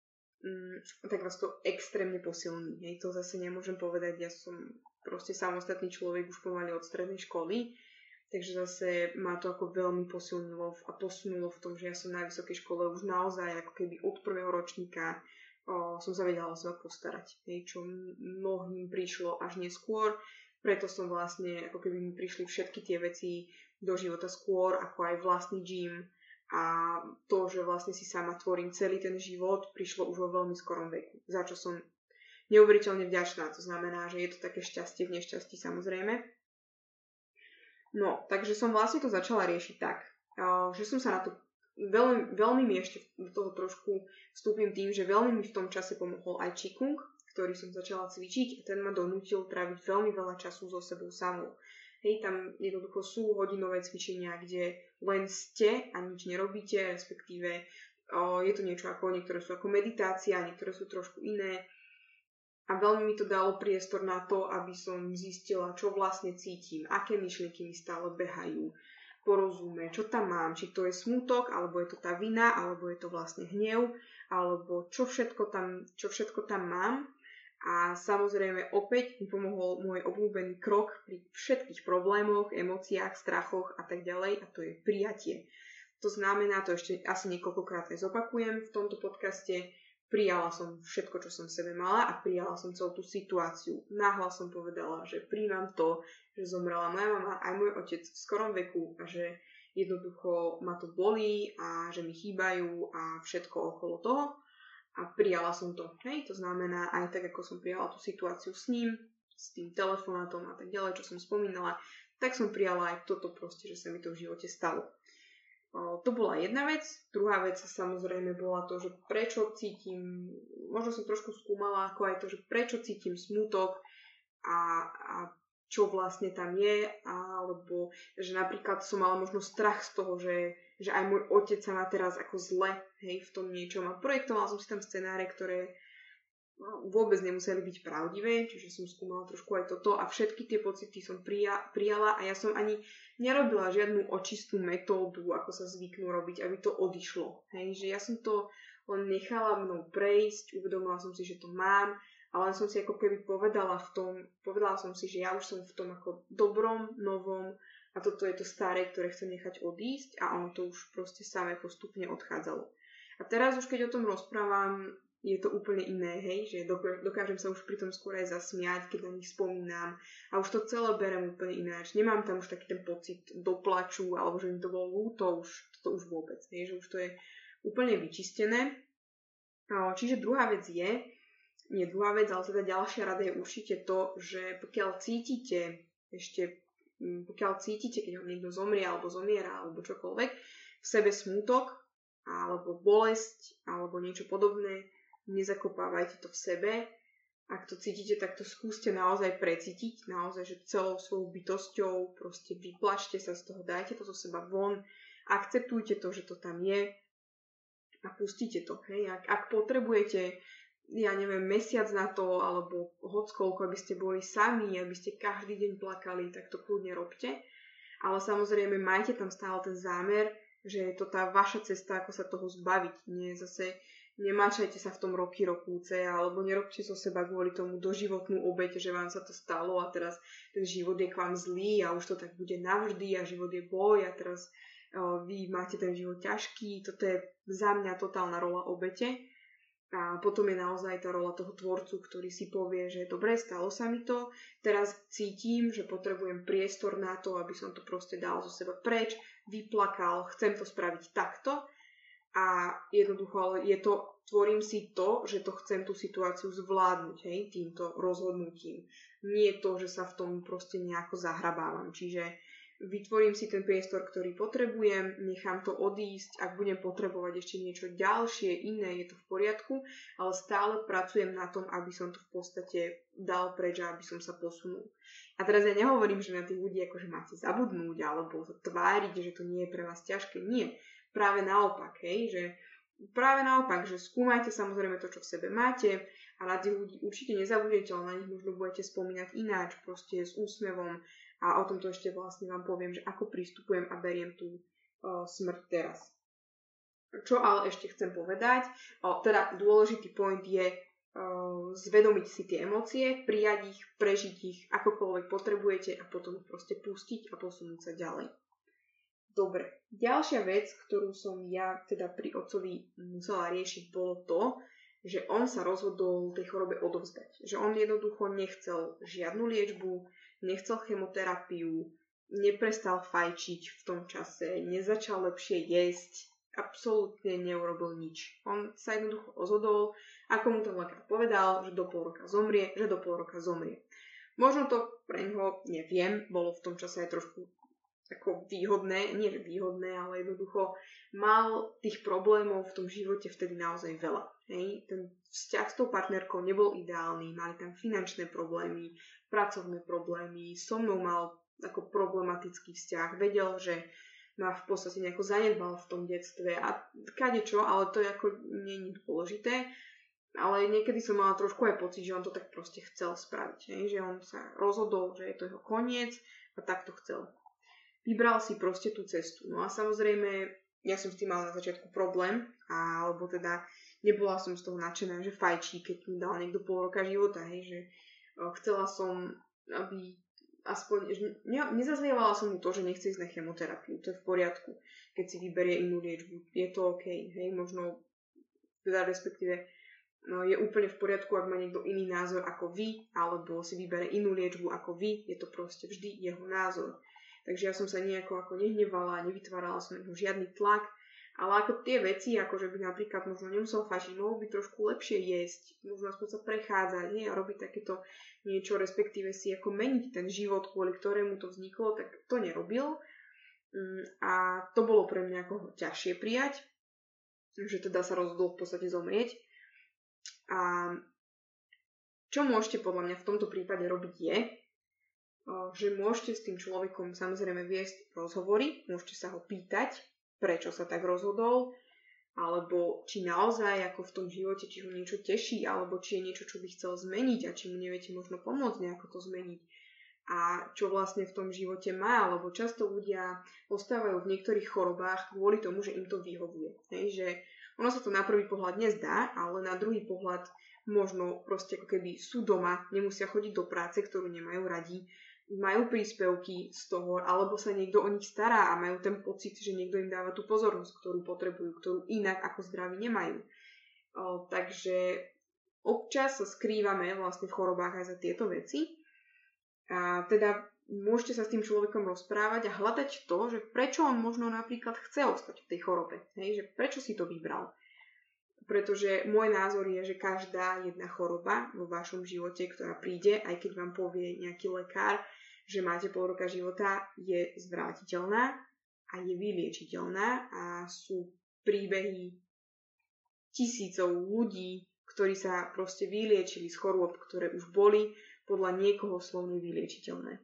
tak vás to extrémne posilní. Hej, to zase nemôžem povedať, ja som proste samostatný človek už pomaly od strednej školy, takže zase ma to ako veľmi posilnilo a posunulo v tom, že ja som na vysokej škole už naozaj ako keby od prvého ročníka som sa vedela o seba postarať, čo mnohým prišlo až neskôr, preto som vlastne, ako keby mi prišli všetky tie veci do života skôr, ako aj vlastný gym a to, že vlastne si sama tvorím celý ten život, prišlo už vo veľmi skorom veku, za čo som neuveriteľne vďačná, to znamená, že je to také šťastie v nešťastí samozrejme. No, takže som vlastne to začala riešiť tak, že som sa na to veľmi mi ešte do toho trošku vstúpim tým, že veľmi mi v tom čase pomohol aj Qigong, ktorý som začala cvičiť a ten ma donútil tráviť veľmi veľa času so sebou samou. Hej, tam jednoducho sú hodinové cvičenia, kde len ste a nič nerobíte, respektíve je to niečo ako, niektoré sú ako meditácia, niektoré sú trošku iné a veľmi mi to dalo priestor na to, aby som zistila, čo vlastne cítim, aké myšlienky mi stále behajú, porozumie, čo tam mám, či to je smutok, alebo je to tá vina, alebo je to vlastne hnev, alebo čo všetko tam mám. A samozrejme opäť mi pomohol môj obľúbený krok pri všetkých problémoch, emóciách, strachoch a tak ďalej a to je prijatie. To znamená, to ešte asi niekoľkokrát aj zopakujem v tomto podcaste, prijala som všetko, čo som v sebe mala a prijala som celú tú situáciu. Nahlas som povedala, že príjmam to, že zomrela moja mama aj môj otec v skorom veku a že jednoducho ma to bolí a že mi chýbajú a všetko okolo toho. A prijala som to. Hej, to znamená aj tak, ako som prijala tú situáciu s ním, s tým telefonátom a tak ďalej, čo som spomínala, tak som prijala aj toto proste, že sa mi to v živote stalo. To bola jedna vec. Druhá vec samozrejme bola to, že prečo cítim, možno som trošku skúmala ako aj to, že prečo cítim smutok a čo vlastne tam je, alebo že napríklad som mala možno strach z toho, že aj môj otec sa má teraz ako zle, hej, v tom niečom. A projektovala som si tam scenáre, ktoré vôbec nemuseli byť pravdivé, čiže som skúmala trošku aj toto a všetky tie pocity som prijala a ja som ani nerobila žiadnu očistú metódu, ako sa zvyknú robiť, aby to odišlo. Hej, že ja som to len nechala mnou prejsť, uvedomila som si, že to mám, ale len som si ako keby povedala som si, že ja už som v tom ako dobrom, novom a toto je to staré, ktoré chcem nechať odísť a ono to už proste samé postupne odchádzalo. A teraz už keď o tom rozprávam, je to úplne iné, hej, že dokážem sa už pri tom skôr aj zasmiať, keď na nich spomínam a už to celé berem úplne ináč. Nemám tam už taký ten pocit doplaču alebo že mi to bolo ľúto, to už vôbec, hej, že už to je úplne vyčistené. Čiže druhá vec, ale teda ďalšia rada je určite to, že pokiaľ cítite, keď ho niekto zomrie alebo zomiera alebo čokoľvek, v sebe smútok alebo bolesť alebo niečo podobné, nezakopávajte to v sebe. Ak to cítite, tak to skúste naozaj precítiť, naozaj, že celou svojou bytosťou proste vyplačte sa z toho, dajte to zo seba von, akceptujte to, že to tam je a pustite to. Hej. Ak potrebujete, ja neviem, mesiac na to, alebo hockoľko, aby ste boli sami, aby ste každý deň plakali, tak to kľudne robte. Ale samozrejme, majte tam stále ten zámer, že je to tá vaša cesta, ako sa toho zbaviť. Nie zase nemáčajte sa v tom rokúce, alebo nerobte zo seba kvôli tomu doživotnú obeť, že vám sa to stalo a teraz ten život je k vám zlý a už to tak bude navždy a život je boj a teraz vy máte ten život ťažký. Toto je za mňa totálna rola obete. A potom je naozaj tá rola toho tvorcu, ktorý si povie, že dobre, stalo sa mi to, teraz cítim, že potrebujem priestor na to, aby som to proste dal zo seba preč, vyplakal, chcem to spraviť takto a jednoducho, ale tvorím si to, že to chcem tú situáciu zvládnuť, hej, týmto rozhodnutím. Nie to, že sa v tom proste nejako zahrabávam, čiže vytvorím si ten priestor, ktorý potrebujem, nechám to odísť, ak budem potrebovať ešte niečo ďalšie, iné, je to v poriadku, ale stále pracujem na tom, aby som to v podstate dal preč a aby som sa posunul. A teraz ja nehovorím, že na tých ľudí akože máte zabudnúť alebo tváriť, že to nie je pre vás ťažké, nie. Práve naopak, že skúmajte samozrejme to, čo v sebe máte a na tých ľudí určite nezabudete, ale na nich možno budete spomínať ináč, proste s úsmevom. A o tomto ešte vlastne vám poviem, že ako pristupujem a beriem tú smrť teraz. Čo ale ešte chcem povedať, teda dôležitý point je zvedomiť si tie emócie, prijať ich, prežiť ich, akokoľvek potrebujete a potom ich proste pustiť a posunúť sa ďalej. Dobre, ďalšia vec, ktorú som ja teda pri otcovi musela riešiť, bolo to, že on sa rozhodol tej chorobe odovzdať. Že on jednoducho nechcel žiadnu liečbu, nechcel chemoterapiu, neprestal fajčiť v tom čase, nezačal lepšie jesť, absolútne neurobil nič. On sa jednoducho rozhodol, ako mu to lekár povedal, že do pol roka zomrie. Možno to pre neho, neviem, bolo v tom čase aj trošku ako výhodné, nie že výhodné, ale jednoducho mal tých problémov v tom živote vtedy naozaj veľa. Hej? Ten vzťah s tou partnerkou nebol ideálny, mali tam finančné problémy, pracovné problémy, so mnou mal ako problematický vzťah, vedel, že ma v podstate nejako zanedbal v tom detstve a kadečo, ale to je ako nie je dôležité. Ale niekedy som mala trošku aj pocit, že on to tak proste chcel spraviť. Hej? Že on sa rozhodol, že je to jeho koniec a tak to chcel. Vybral si proste tú cestu. No a samozrejme, ja som s tým mala na začiatku problém, alebo teda nebola som z toho nadšená, že fajčí, keď mi dal niekto pol roka života, hej, že chcela som, aby aspoň, nezazlievala som mu to, že nechce ísť na chemoterapiu, to je v poriadku, keď si vyberie inú liečbu, je to OK, hej, možno, teda respektíve, no, je úplne v poriadku, ak má niekto iný názor ako vy, alebo si vybere inú liečbu ako vy, je to proste vždy jeho názor. Takže ja som sa nejako ako nehnevala, nevytvárala som na žiadny tlak, ale ako tie veci, ako že by napríklad možno nemusel fajčiť, mohol by trošku lepšie jesť, možno aspoň sa prechádzať, a robiť takéto niečo, respektíve si ako meniť ten život, kvôli ktorému to vzniklo, tak to nerobil. A to bolo pre mňa ako ťažšie prijať, že teda sa rozhodol v podstate zomrieť. A čo môžete podľa mňa v tomto prípade robiť je, že môžete s tým človekom samozrejme viesť rozhovory, môžete sa ho pýtať, prečo sa tak rozhodol, alebo či naozaj ako v tom živote, či ho niečo teší, alebo či je niečo, čo by chcel zmeniť a či mu neviete možno pomôcť nejako to zmeniť. A čo vlastne v tom živote má, lebo často ľudia ostávajú v niektorých chorobách kvôli tomu, že im to vyhovuje. Že ono sa to na prvý pohľad nezdá, ale na druhý pohľad možno proste ako keby sú doma, nemusia chodiť do práce, ktorú nemajú radi, majú príspevky z toho, alebo sa niekto o nich stará a majú ten pocit, že niekto im dáva tú pozornosť, ktorú potrebujú, ktorú inak ako zdraví nemajú. Takže občas sa skrývame vlastne v chorobách aj za tieto veci. A teda môžete sa s tým človekom rozprávať a hľadať to, že prečo on možno napríklad chce ostať v tej chorobe. Že prečo si to vybral. Pretože môj názor je, že každá jedna choroba vo vašom živote, ktorá príde, aj keď vám povie nejaký lekár, že máte pol roka života, je zvrátiteľná a je vyliečiteľná a sú príbehy tisícov ľudí, ktorí sa proste vyliečili z chorôb, ktoré už boli podľa niekoho slovne vyliečiteľné.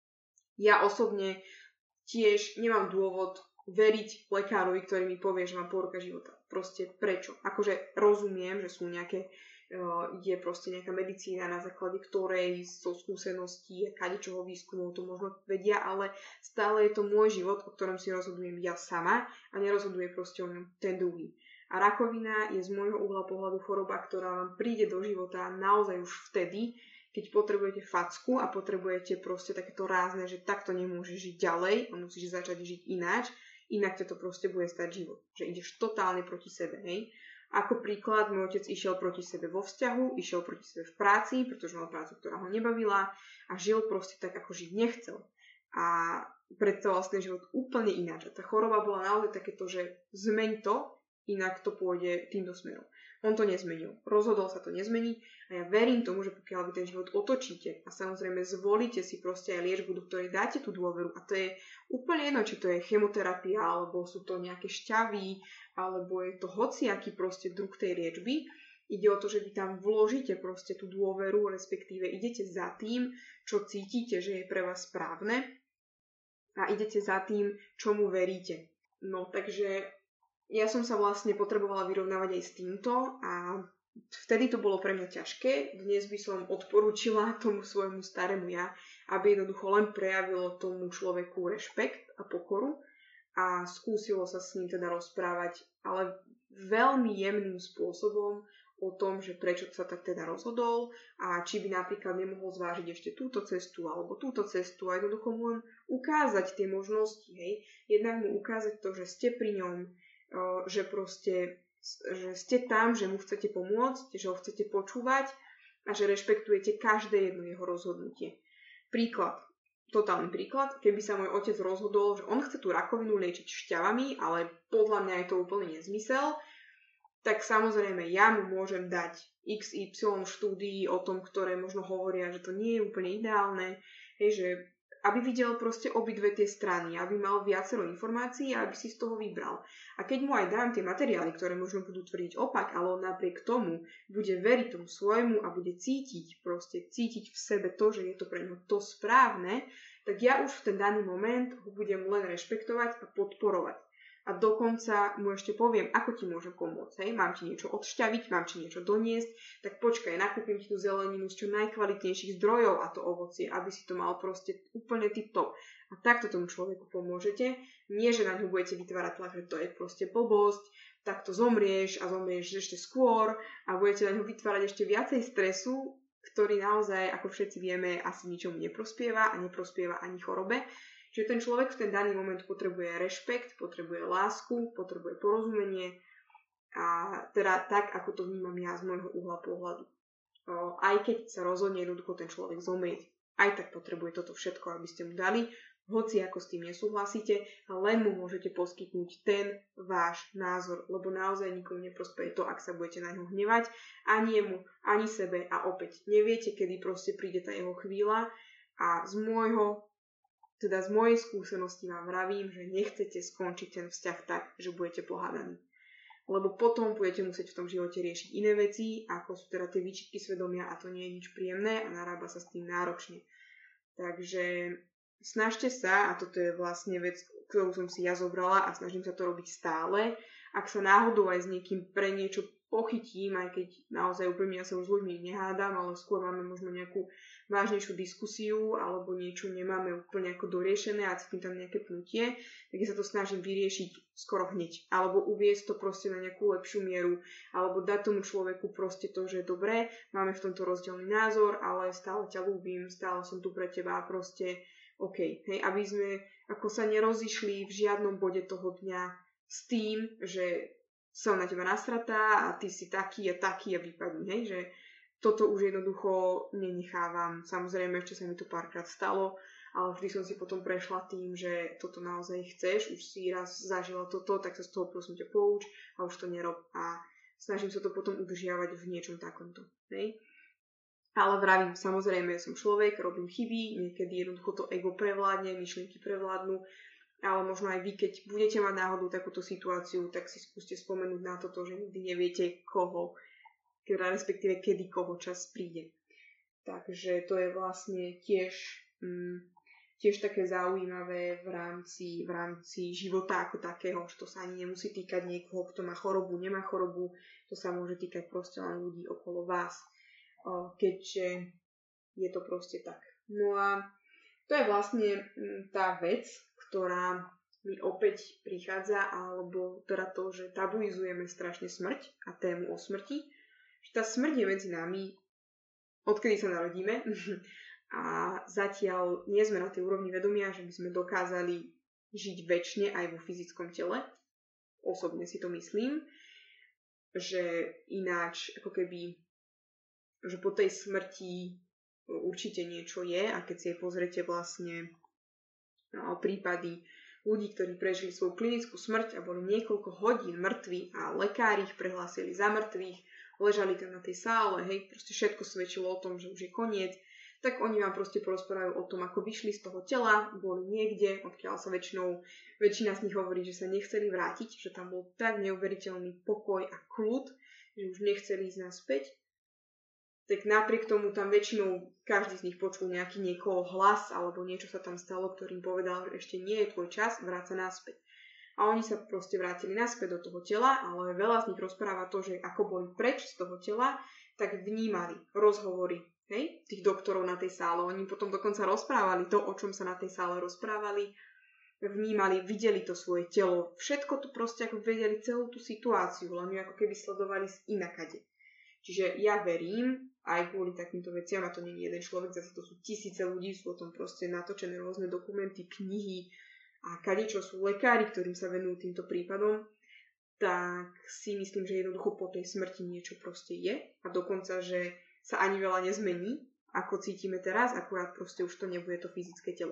Ja osobne tiež nemám dôvod veriť lekárovi, ktorý mi povie, že mám pol roka života. Proste prečo? Akože rozumiem, že sú nejaké je proste nejaká medicína, na základe ktorej zo skúseností a kadečoho výskumov to možno vedia, ale stále je to môj život, o ktorom si rozhodujem ja sama a nerozhoduje proste o ňom ten druhý. A rakovina je z môjho uhla pohľadu choroba, ktorá vám príde do života naozaj už vtedy, keď potrebujete facku a potrebujete proste takéto rázne, že takto nemôžeš žiť ďalej a musíš začať žiť ináč, inak ťa to proste bude stať život. Že ideš totálne proti sebe, hej. Ako príklad, môj otec išiel proti sebe vo vzťahu, išiel proti sebe v práci, pretože mal prácu, ktorá ho nebavila a žil proste tak, ako žiť nechcel. A predstavoval vlastne život úplne ináč. A tá choroba bola naozaj takéto, že zmeň to, inak to pôjde týmto smerom. On to nezmenil. Rozhodol sa to nezmeniť a ja verím tomu, že pokiaľ vy ten život otočíte a samozrejme zvolíte si proste aj liečbu, do ktorej dáte tú dôveru a to je úplne jedno, či to je chemoterapia, alebo sú to nejaké šťavy, alebo je to hociaký proste druh tej liečby. Ide o to, že vy tam vložíte proste tú dôveru, respektíve idete za tým, čo cítite, že je pre vás správne a idete za tým, čomu veríte. No, takže ja som sa vlastne potrebovala vyrovnávať aj s týmto a vtedy to bolo pre mňa ťažké. Dnes by som odporúčila tomu svojmu starému ja, aby jednoducho len prejavilo tomu človeku rešpekt a pokoru a skúsilo sa s ním teda rozprávať, ale veľmi jemným spôsobom o tom, že prečo sa tak teda rozhodol a či by napríklad nemohol zvážiť ešte túto cestu alebo túto cestu a jednoducho mu len ukázať tie možnosti, hej. Jednak mu ukázať to, že ste pri ňom, že proste, že ste tam, že mu chcete pomôcť, že ho chcete počúvať a že rešpektujete každé jedno jeho rozhodnutie. Príklad, totálny príklad, keby sa môj otec rozhodol, že on chce tú rakovinu liečiť šťavami, ale podľa mňa je to úplne nezmysel, tak samozrejme ja mu môžem dať XY štúdií o tom, ktoré možno hovoria, že to nie je úplne ideálne, že aby videl proste obidve tie strany, aby mal viacero informácií a aby si z toho vybral. A keď mu aj dám tie materiály, ktoré možno budú tvrdiť opak, ale on napriek tomu bude veriť tomu svojmu a bude cítiť v sebe to, že je to pre neho to správne, tak ja už v ten daný moment ho budem len rešpektovať a podporovať. A dokonca mu ešte poviem, ako ti môžem pomôcť. Hej? Mám ti niečo odšťaviť, mám ti niečo doniesť, tak počkaj, nakúpim ti tú zeleninu z čo najkvalitnejších zdrojov a to ovocie, aby si to mal proste úplne tip-top. A takto tomu človeku pomôžete. Nie, že na ňu budete vytvárať tlak, že to je proste blbosť, takto zomrieš a zomrieš ešte skôr a budete na ňu vytvárať ešte viacej stresu, ktorý naozaj, ako všetci vieme, asi ničomu neprospieva a neprospieva ani chorobe. Čiže ten človek v ten daný moment potrebuje rešpekt, potrebuje lásku, potrebuje porozumenie a teda tak, ako to vnímam ja z môjho uhla pohľadu. Aj keď sa rozhodne jednoducho ten človek zomrieť, aj tak potrebuje toto všetko, aby ste mu dali, hoci ako s tým nesúhlasíte, len mu môžete poskytnúť ten váš názor, lebo naozaj nikomu neprospeje to, ak sa budete na ňo hnevať, ani jemu, ani sebe a opäť neviete, kedy proste príde tá jeho chvíľa a z mojej skúsenosti vám vravím, že nechcete skončiť ten vzťah tak, že budete pohádaní. Lebo potom budete musieť v tom živote riešiť iné veci, ako sú teda tie výčitky svedomia a to nie je nič príjemné a narába sa s tým náročne. Takže snažte sa, a toto je vlastne vec, ktorú som si ja zobrala a snažím sa to robiť stále, ak sa náhodou aj s niekým pre niečo pochytím, aj keď naozaj úplne ja sa už s ľuďmi nehádam, ale skôr máme možno nejakú vážnejšiu diskusiu alebo niečo nemáme úplne ako doriešené a cítim tam nejaké pnutie, tak ja sa to snažím vyriešiť skoro hneď. Alebo uviesť to proste na nejakú lepšiu mieru, alebo dať tomu človeku proste to, že dobré, máme v tomto rozdielny názor, ale stále ťa ľúbim, stále som tu pre teba a proste OK. Hej, aby sme ako sa nerozišli v žiadnom bode toho dňa s tým, že som na teba nasratá a ty si taký a vypadni, hej, že toto už jednoducho nenechávam. Samozrejme, ešte sa mi to párkrát stalo, ale vždy som si potom prešla tým, že toto naozaj chceš, už si raz zažila toto, tak sa z toho prosím ťa pouč a už to nerob a snažím sa to potom udržiavať v niečom takomto, hej. Ale vravím, samozrejme, som človek, robím chyby, niekedy jednoducho to ego prevládne, myšlienky prevládnu, ale možno aj vy, keď budete mať náhodou takúto situáciu, tak si skúste spomenúť na toto, že nikdy neviete koho, respektíve kedy koho čas príde. Takže to je vlastne tiež také zaujímavé v rámci života ako takého, že to sa ani nemusí týkať niekoho, kto má chorobu, nemá chorobu, to sa môže týkať proste len ľudí okolo vás, keďže je to proste tak. No a to je vlastne tá vec, ktorá mi opäť prichádza, alebo teda to, že tabuizujeme strašne smrť a tému o smrti. Že tá smrť je medzi nami, odkedy sa narodíme a zatiaľ nie sme na tej úrovni vedomia, že by sme dokázali žiť večne aj vo fyzickom tele. Osobne si to myslím, že ináč ako keby, že po tej smrti určite niečo je a keď si pozrete vlastne prípady ľudí, ktorí prežili svoju klinickú smrť a boli niekoľko hodín mŕtvi a lekári ich prehlásili za mŕtvych, ležali tam na tej sále, hej, proste všetko svedčilo o tom, že už je koniec, tak oni vám proste porozprávajú o tom, ako vyšli z toho tela, boli niekde, odkiaľ sa väčšina z nich hovorí, že sa nechceli vrátiť, že tam bol tak neuveriteľný pokoj a kľud, že už nechceli ísť naspäť. Tak napriek tomu tam väčšinou každý z nich počul nejaký niekoho hlas alebo niečo sa tam stalo, ktorým povedal, že ešte nie je tvoj čas, vráť sa naspäť. A oni sa proste vrátili naspäť do toho tela, ale veľa z nich rozpráva to, že ako boli preč z toho tela, tak vnímali rozhovory, hej, tých doktorov na tej sále. Oni potom dokonca rozprávali to, o čom sa na tej sále rozprávali, vnímali, videli to svoje telo. Všetko to proste ako vedeli celú tú situáciu, len ju ako keby sledovali z inakade. Čiže ja verím, aj kvôli takýmto veciam, a to nie je jeden človek, zase to sú tisíce ľudí, sú o tom proste natočené rôzne dokumenty, knihy a kadečo sú lekári, ktorým sa venujú týmto prípadom, tak si myslím, že jednoducho po tej smrti niečo proste je a dokonca, že sa ani veľa nezmení, ako cítime teraz, akurát proste už to nebude to fyzické telo.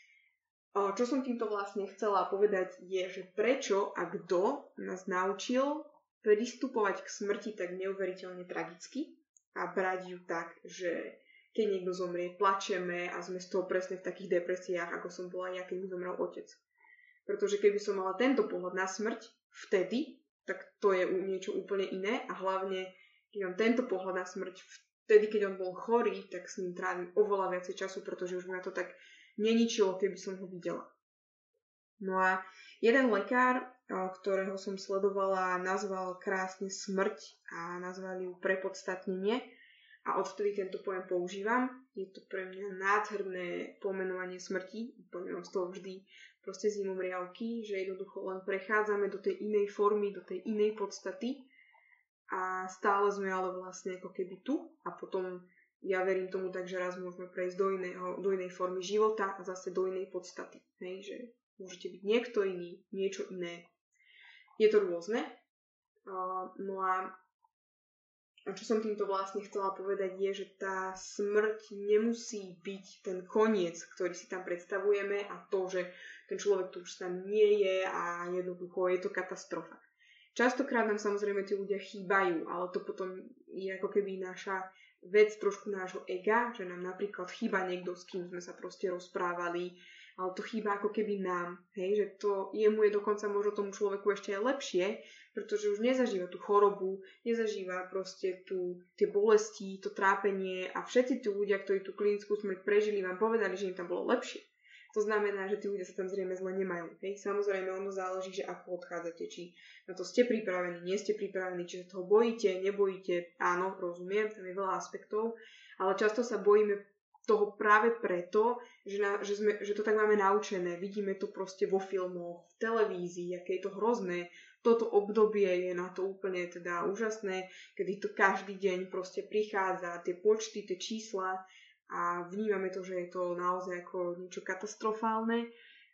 Čo som týmto vlastne chcela povedať je, že prečo a kto nás naučil pristupovať k smrti tak neuveriteľne tragicky a brať ju tak, že keď niekto zomrie, plačeme a sme z toho presne v takých depresiách, ako som bola ja, keď mi zomrel otec. Pretože keby som mala tento pohľad na smrť vtedy, tak to je niečo úplne iné a hlavne, keď mám tento pohľad na smrť vtedy, keď on bol chorý, tak s ním trávim oveľa viacej času, pretože už ma to tak neničilo, keby som ho videla. No a jeden lekár, ktorého som sledovala, nazval krásne smrť a nazval ju prepodstatnenie a odvtedy tento pojem používam. Je to pre mňa nádherné pomenovanie smrti, úplne mám z toho vždy proste zimomriavky, že jednoducho len prechádzame do tej inej formy, do tej inej podstaty a stále sme ale vlastne ako keby tu a potom ja verím tomu tak, že raz môžeme prejsť do inej formy života a zase do inej podstaty, hej, že môžete byť niekto iný, niečo iné. Je to rôzne. No a čo som týmto vlastne chcela povedať je, že tá smrť nemusí byť ten koniec, ktorý si tam predstavujeme a to, že ten človek tu už tam nie je a jednoducho je to katastrofa. Častokrát nám samozrejme tí ľudia chýbajú, ale to potom je ako keby naša vec trošku nášho ega, že nám napríklad chýba niekto, s kým sme sa proste rozprávali, ale to chýba ako keby nám, hej, že to jemu je dokonca možno tomu človeku ešte aj lepšie, pretože už nezažíva tú chorobu, nezažíva proste tie bolesti, to trápenie a všetci tí ľudia, ktorí tú klinickú smrť prežili, vám povedali, že im tam bolo lepšie. To znamená, že tí ľudia sa tam zrejme zle nemajú. Hej. Samozrejme, ono záleží, že ako odchádzate, či na to ste pripravení, nie ste pripravení, či sa toho bojíte, nebojíte. Áno, rozumiem, tam je veľa aspektov, ale často sa bojíme toho práve preto, že to tak máme naučené. Vidíme to proste vo filmoch, v televízii, aké je to hrozné. Toto obdobie je na to úplne teda úžasné, kedy to každý deň proste prichádza, tie počty, tie čísla a vnímame to, že je to naozaj ako niečo katastrofálne.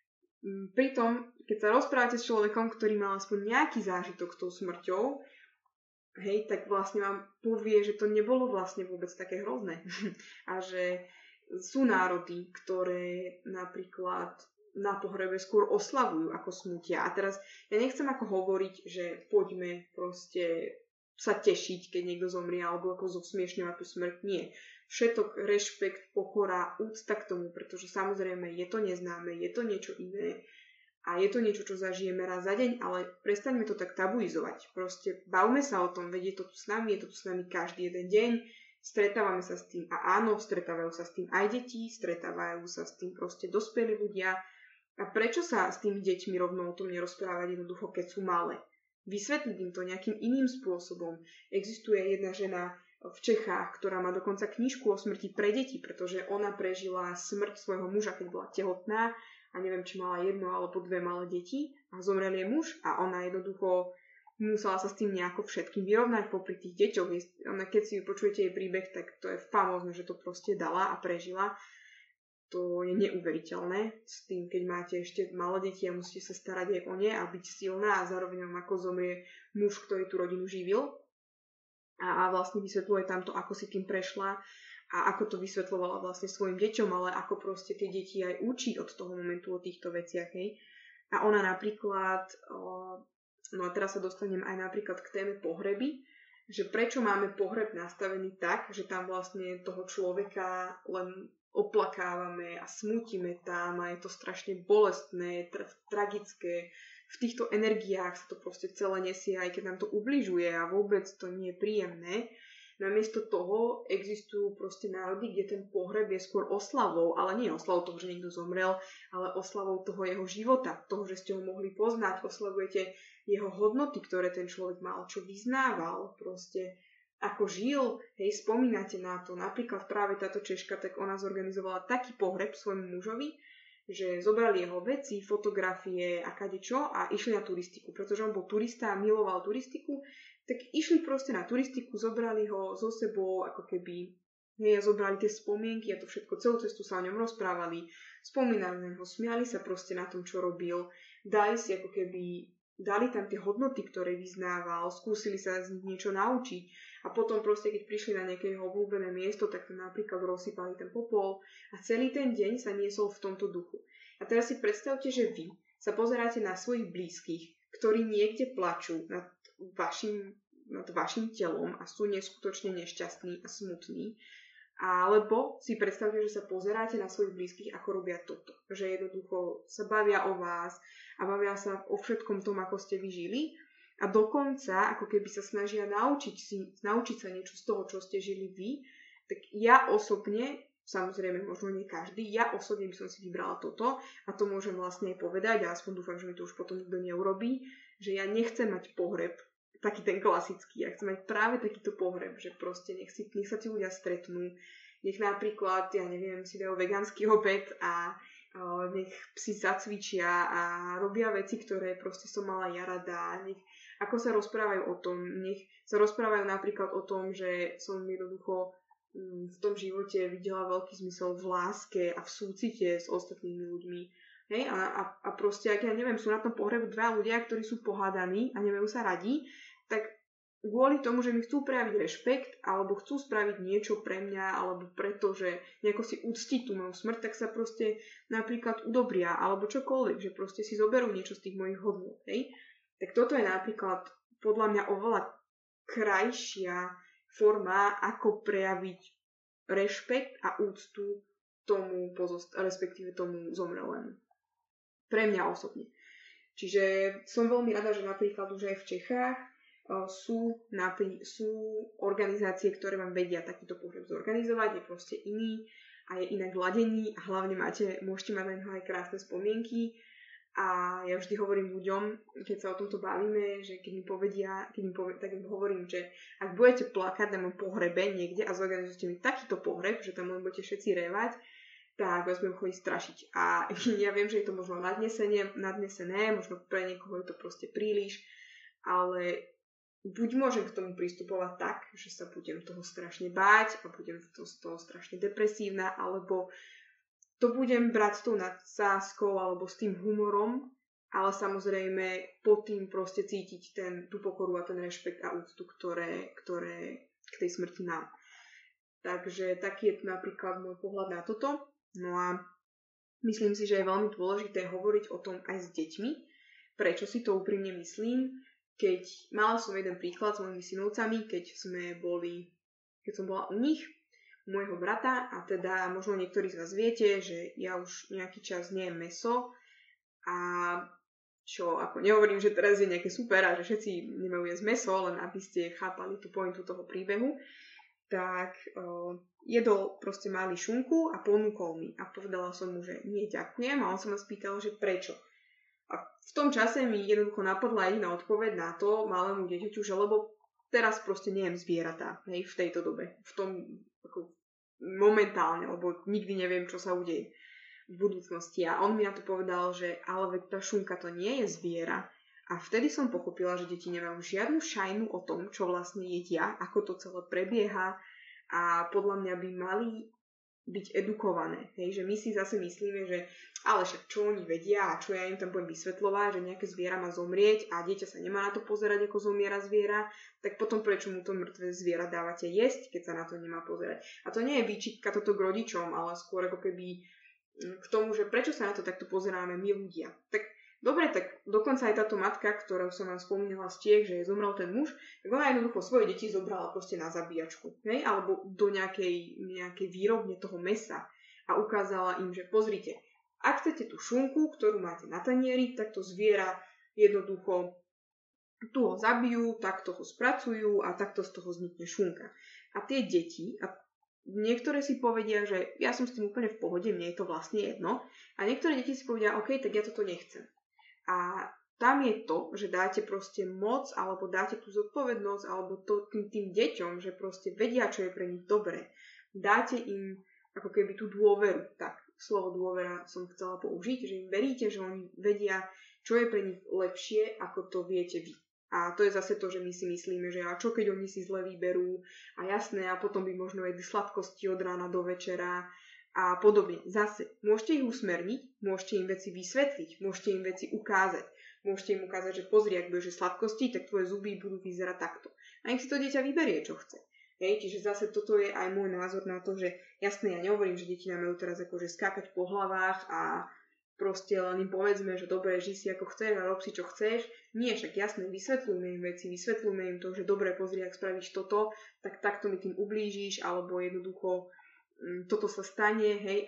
Pritom, keď sa rozprávate s človekom, ktorý mal aspoň nejaký zážitok s tou smrťou, hej, tak vlastne vám povie, že to nebolo vlastne vôbec také hrozné. A že sú národy, ktoré napríklad na pohrebe skôr oslavujú ako smutia. A teraz ja nechcem ako hovoriť, že poďme proste sa tešiť, keď niekto zomrie, alebo ako zosmiešňovať tú smrť. Nie. Všetok rešpekt, pokora, úcta k tomu, pretože samozrejme je to neznáme, je to niečo iné a je to niečo, čo zažijeme raz za deň, ale prestaňme to tak tabuizovať. Proste bavme sa o tom, veď je to tu s nami, je to tu s nami každý jeden deň, stretávame sa s tým a áno, stretávajú sa s tým aj deti, stretávajú sa s tým proste dospelí ľudia. A prečo sa s tými deťmi rovno o tom nerozprávať jednoducho, keď sú malé? Vysvetliť im to nejakým iným spôsobom. Existuje jedna žena v Čechách, ktorá má dokonca knižku o smrti pre deti, pretože ona prežila smrť svojho muža, keď bola tehotná a neviem, či mala 1 alebo 2 malé deti a zomrel jej muž a ona jednoducho musela sa s tým nejako všetkým vyrovnať popri tých deťoch. Ona, keď si počujete jej príbeh, tak to je famózne, že to proste dala a prežila. To je neuveriteľné s tým, keď máte ešte malé deti a musíte sa starať aj o ne a byť silná a zároveň vám ako zomrie muž, ktorý tú rodinu živil. A vlastne vysvetľuje tam to, ako si tým prešla a ako to vysvetľovala vlastne svojim deťom, ale ako proste tie deti aj učí od toho momentu o týchto veciach. Hej. A ona napríklad, no a teraz sa dostanem aj napríklad k téme pohreby, že prečo máme pohreb nastavený tak, že tam vlastne toho človeka len oplakávame a smútime tam a je to strašne bolestné, tragické. V týchto energiách sa to proste celé nesie, aj keď nám to ubližuje a vôbec to nie je príjemné. Namiesto toho existujú proste národy, kde ten pohreb je skôr oslavou, ale nie oslavou toho, že niekto zomrel, ale oslavou toho jeho života, toho, že ste ho mohli poznať, oslavujete jeho hodnoty, ktoré ten človek mal, čo vyznával, proste ako žil, hej, spomínate na to. Napríklad práve táto Češka, tak ona zorganizovala taký pohreb svojmu mužovi, že zobrali jeho veci, fotografie a kadečo a išli na turistiku, pretože on bol turista a miloval turistiku, tak išli proste na turistiku, zobrali ho so sebou, ako keby, zobrali tie spomienky a to všetko, celú cestu sa o ňom rozprávali, spomínali na neho, smiali sa proste na tom, čo robil, dali si ako keby, dali tam tie hodnoty, ktoré vyznával, skúsili sa z nich niečo naučiť a potom proste, keď prišli na nejaké jeho obľúbené miesto, tak napríklad rozsypali ten popol a celý ten deň sa niesol v tomto duchu. A teraz si predstavte, že vy sa pozeráte na svojich blízkych, ktorí niekde plačú nad vašim telom a sú neskutočne nešťastní a smutní. Alebo si predstavte, že sa pozeráte na svojich blízkych, ako robia toto. Že jednoducho sa bavia o vás a bavia sa o všetkom tom, ako ste vy žili. A dokonca, ako keby sa snažia naučiť sa niečo z toho, čo ste žili vy. Tak ja osobne, samozrejme možno nie každý, ja osobne by som si vybrala toto a to môžem vlastne aj povedať a aspoň dúfam, že mi to už potom nikto neurobí, že ja nechcem mať pohreb taký ten klasický. Ja chcem mať práve takýto pohreb, že proste nech sa tí ľudia stretnú, nech napríklad, ja neviem, si dajú vegánsky obed a nech psi zacvičia a robia veci, ktoré proste som mala ja rada. Nech ako sa rozprávajú o tom, nech sa rozprávajú napríklad o tom, že som jednoducho v tom živote videla veľký zmysel v láske a v súcite s ostatnými ľuďmi. Hej? A proste, ak ja neviem, sú na tom pohrebu 2 ľudia, ktorí sú pohádaní a nemajú sa radi, tak kvôli tomu, že mi chcú prejaviť rešpekt alebo chcú spraviť niečo pre mňa alebo preto, že nejako si uctiť tú moju smrť, tak sa proste napríklad udobria alebo čokoľvek, že proste si zoberú niečo z tých mojich hodnôt. Hej? Tak toto je napríklad podľa mňa oveľa krajšia forma, ako prejaviť rešpekt a úctu respektíve tomu zomrelému. Pre mňa osobne. Čiže som veľmi rada, že napríklad už aj v Čechách sú organizácie, ktoré vám vedia takýto pohreb zorganizovať, je proste iný a je inak ladený a hlavne môžete mať na neho aj krásne spomienky. A ja vždy hovorím ľuďom, keď sa o tomto bavíme, že keď mi povedia, tak im hovorím, že ak budete plakať na môjom pohrebe niekde a zorganizujete mi takýto pohreb, že tam budete všetci revať, tak vás budem chodiť strašiť. A ja viem, že je to možno nadnesené, možno pre niekoho je to proste príliš, ale buď môžem k tomu pristupovať tak, že sa budem toho strašne báť a budem z toho strašne depresívna, alebo to budem brať s tou nadsázkou alebo s tým humorom, ale samozrejme pod tým proste cítiť tú pokoru a ten rešpekt a úctu, ktoré k tej smrti mám. Takže taký je napríklad môj pohľad na toto. No a myslím si, že je veľmi dôležité hovoriť o tom aj s deťmi. Prečo si to úprimne myslím? Mala som jeden príklad s mojimi synovcami, keď som bola u nich, môjho brata, a teda možno niektorí z vás viete, že ja už nejaký čas nejem mäso a čo, ako nehovorím, že teraz je nejaké super a že všetci nemajú jesť mäso, len aby ste chápali tú pointu toho príbehu, tak jedol proste malý šunku a ponúkol mi a povedala som mu, že nie, ďakujem, a on sa ma spýtal, že prečo. A v tom čase mi jednoducho napadla jediná odpoveď na to malému dieťaťu, že lebo teraz proste nejem zvieratá, hej, v tejto dobe, v tom ako momentálne, lebo nikdy neviem, čo sa udeje v budúcnosti. A on mi na to povedal, že ale veď tá šunka to nie je zviera. A vtedy som pochopila, že deti nemajú žiadnu šajnu o tom, čo vlastne jedia, ako to celé prebieha, a podľa mňa by mali byť edukované. Hej? Že my si zase myslíme, že ale však čo oni vedia a čo ja im tam budem vysvetľovať, že nejaké zviera má zomrieť a dieťa sa nemá na to pozerať, ako zomiera zviera, tak potom prečo mu to mŕtve zviera dávate jesť, keď sa na to nemá pozerať. A to nie je výčitka toto k rodičom, ale skôr ako keby k tomu, že prečo sa na to takto pozeráme my ľudia. Tak dobre, tak dokonca aj táto matka, ktorú som vám spomínala z Čiech, že zomrel ten muž, tak ona jednoducho svoje deti zobrala proste na zabíjačku, hej? Alebo do nejakej výrobne toho mäsa a ukázala im, že pozrite, ak chcete tú šunku, ktorú máte na tanieri, tak to zviera jednoducho tu ho zabijú, takto ho spracujú a takto z toho vznikne šunka. A tie deti, a niektoré si povedia, že ja som s tým úplne v pohode, mne je to vlastne jedno, a niektoré deti si povedia, OK, tak ja toto nechcem. A tam je to, že dáte proste moc, alebo dáte tú zodpovednosť, alebo to tým deťom, že proste vedia, čo je pre nich dobré. Dáte im ako keby tú dôveru. Tak, slovo dôvera som chcela použiť, že im veríte, že oni vedia, čo je pre nich lepšie, ako to viete vy. A to je zase to, že my si myslíme, že a čo keď oni si zle vyberú a jasné, a potom by možno jedli sladkosti od rána do večera a podobne. Zase, môžete ich usmerniť, môžete im veci vysvetliť, môžete im veci ukázať. Môžete im ukázať, že pozri, ak budeš sladkosti, tak tvoje zuby budú vyzerať takto. A nech si to dieťa vyberie, čo chce. Hej, čiže zase toto je aj môj názor na to, že jasné, ja nehovorím, že deti nám majú teraz akože skákať po hlavách a proste len im povedzme, že dobre, žij si ako chceš a rob si čo chceš. Nie, však jasné, vysvetľujme im veci, vysvetľujme im to, že dobre, pozri, ak spravíš toto, tak takto mi tým ublížiš, alebo jednoducho toto sa stane, hej,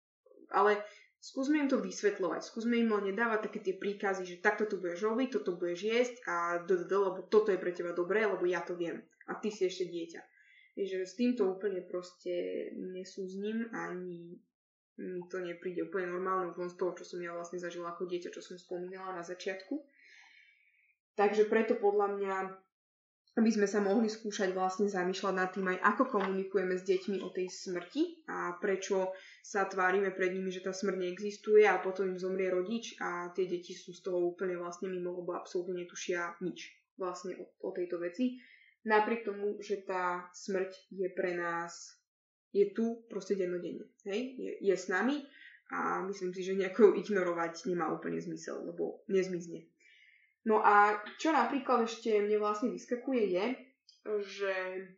ale skúsme im to vysvetľovať, skúsme im len nedávať také tie príkazy, že takto to budeš robiť, toto budeš jesť a lebo toto je pre teba dobré, lebo ja to viem a ty si ešte dieťa. Takže s týmto úplne proste nesúzním, ani mi to nepríde úplne normálne, už len z toho, čo som ja vlastne zažila ako dieťa, čo som spomínala na začiatku. Takže preto podľa mňa, aby sme sa mohli skúšať vlastne zamýšľať nad tým aj, ako komunikujeme s deťmi o tej smrti a prečo sa tvárime pred nimi, že tá smrť neexistuje a potom im zomrie rodič a tie deti sú z toho úplne vlastne mimo, lebo absolútne netušia nič vlastne o tejto veci. Napriek tomu, že tá smrť je pre nás, je tu proste dennodenne, hej? Je s nami a myslím si, že nejako ignorovať nemá úplne zmysel, lebo nezmizne. No a čo napríklad ešte mne vlastne vyskakuje je, že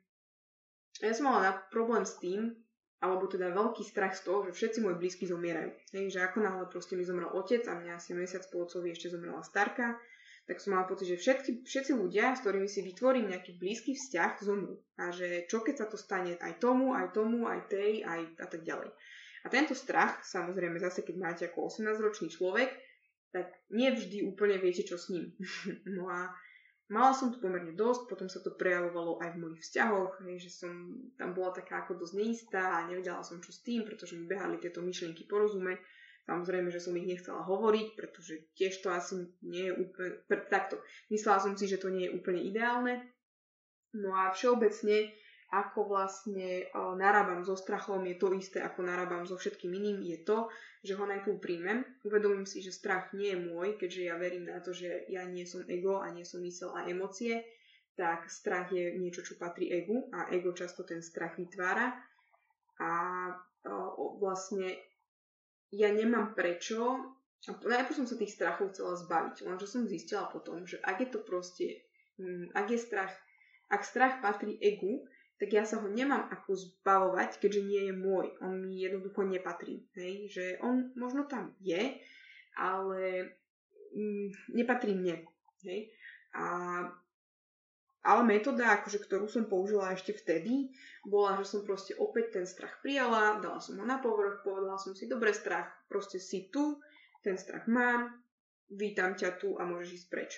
ja som mala problém s tým, alebo teda veľký strach z toho, že všetci moji blízky zomierajú. Hej, že ako náhle proste mi zomrel otec a mňa asi mesiac po otcovi ešte zomrela starka, tak som mala pocit, že všetci ľudia, s ktorými si vytvorím nejaký blízky vzťah, zomrú. A že čo keď sa to stane aj tomu, aj tej, aj a tak ďalej. A A tento strach, samozrejme zase keď máte ako 18-ročný človek, tak nie vždy úplne viete, čo s ním. No a mala som to pomerne dosť, potom sa to prejavovalo aj v mojich vzťahoch, že som tam bola taká ako dosť neistá a nevedela som čo s tým, pretože mi behali tieto myšlienky po rozume. Samozrejme, že som ich nechcela hovoriť, pretože tiež to asi nie je úplne... Takto, myslela som si, že to nie je úplne ideálne. No a všeobecne, ako vlastne narábam so strachom, je to isté, ako narábam so všetkým iným, je to, že ho najprv príjmem. Uvedomím si, že strach nie je môj, keďže ja verím na to, že ja nie som ego a nie som mysel a emócie, tak strach je niečo, čo patrí egu a ego často ten strach vytvára. A vlastne ja nemám prečo, a najprv som sa tých strachov chcela zbaviť, lenže som zistila potom, že ak je to proste, ak strach patrí egu, tak ja sa ho nemám ako zbavovať, keďže nie je môj. On mi jednoducho nepatrí. Hej? Že on možno tam je, ale nepatrí mne. Hej? Ale metóda, akože, ktorú som použila ešte vtedy, bola, že som proste opäť ten strach prijala, dala som ho na povrch, povedala som si, dobre strach, proste si tu, ten strach mám, vítam ťa tu a môžeš ísť preč.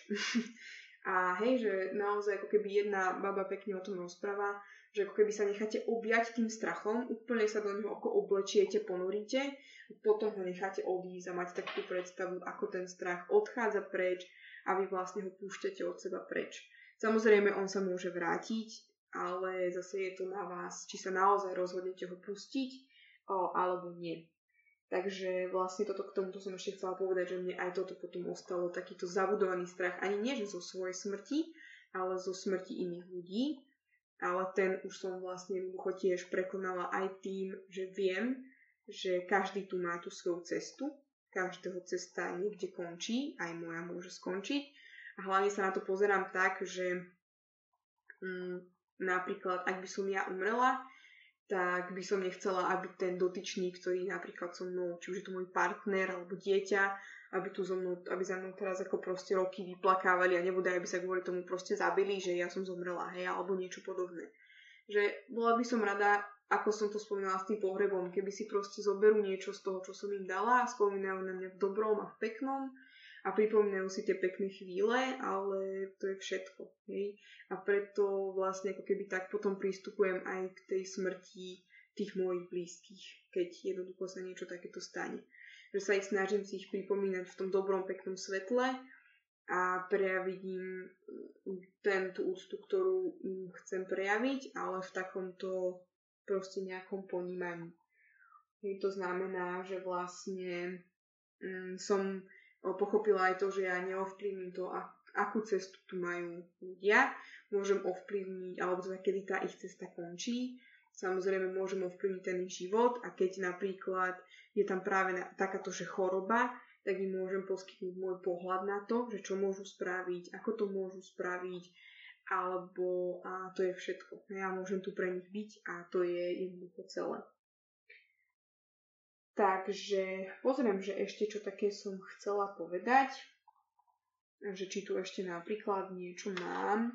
A hej, že naozaj ako keby jedna baba pekne o tom rozpráva, že ako keby sa necháte objať tým strachom, úplne sa do neho ako oblečiete, ponoríte, potom ho necháte odísť a máte takú predstavu, ako ten strach odchádza preč a vy vlastne ho púšťate od seba preč. Samozrejme, on sa môže vrátiť, ale zase je to na vás, či sa naozaj rozhodnete ho pustiť, alebo nie. Takže vlastne k tomuto som ešte chcela povedať, že mne aj toto potom ostalo, takýto zabudovaný strach, ani nie, že zo svojej smrti, ale zo smrti iných ľudí. Ale ten už som vlastne jednoducho tiež prekonala aj tým, že viem, že každý tu má tú svoju cestu, každého cesta niekde končí, aj moja môže skončiť. A hlavne sa na to pozerám tak, že napríklad, ak by som ja umrela, tak by som nechcela, aby ten dotyčný, ktorý napríklad so mnou, či už je to môj partner alebo dieťa, aby za mnou teraz ako proste roky vyplakávali a nebude, aby sa kvôli tomu proste zabili, že ja som zomrela, hej, alebo niečo podobné. Že bola by som rada, ako som to spomínala s tým pohrebom, keby si proste zoberú niečo z toho, čo som im dala a spomínajú na mňa v dobrom a v peknom a pripomínajú si tie pekné chvíle, ale to je všetko, hej. A preto vlastne ako keby tak potom pristupujem aj k tej smrti tých mojich blízkych, keď jednoducho sa niečo takéto stane. Že sa ich snažím si ich pripomínať v tom dobrom, peknom svetle a prejaviť im tú úctu, ktorú im chcem prejaviť, ale v takomto proste nejakom ponímaní. Hej, to znamená, že vlastne som pochopila aj to, že ja neovplyvním to, akú cestu tu majú ľudia. Môžem ovplyvniť, alebo teda kedy tá ich cesta končí. Samozrejme môžem ovplyvniť ten ich život a keď napríklad je tam práve takáto, že choroba, tak im môžem poskytnúť môj pohľad na to, že čo môžu spraviť, ako to môžu spraviť, alebo a to je všetko. Ja môžem tu pre nich byť a to je jednoducho celé. Takže pozriem, že ešte čo také som chcela povedať, že či tu ešte napríklad niečo mám.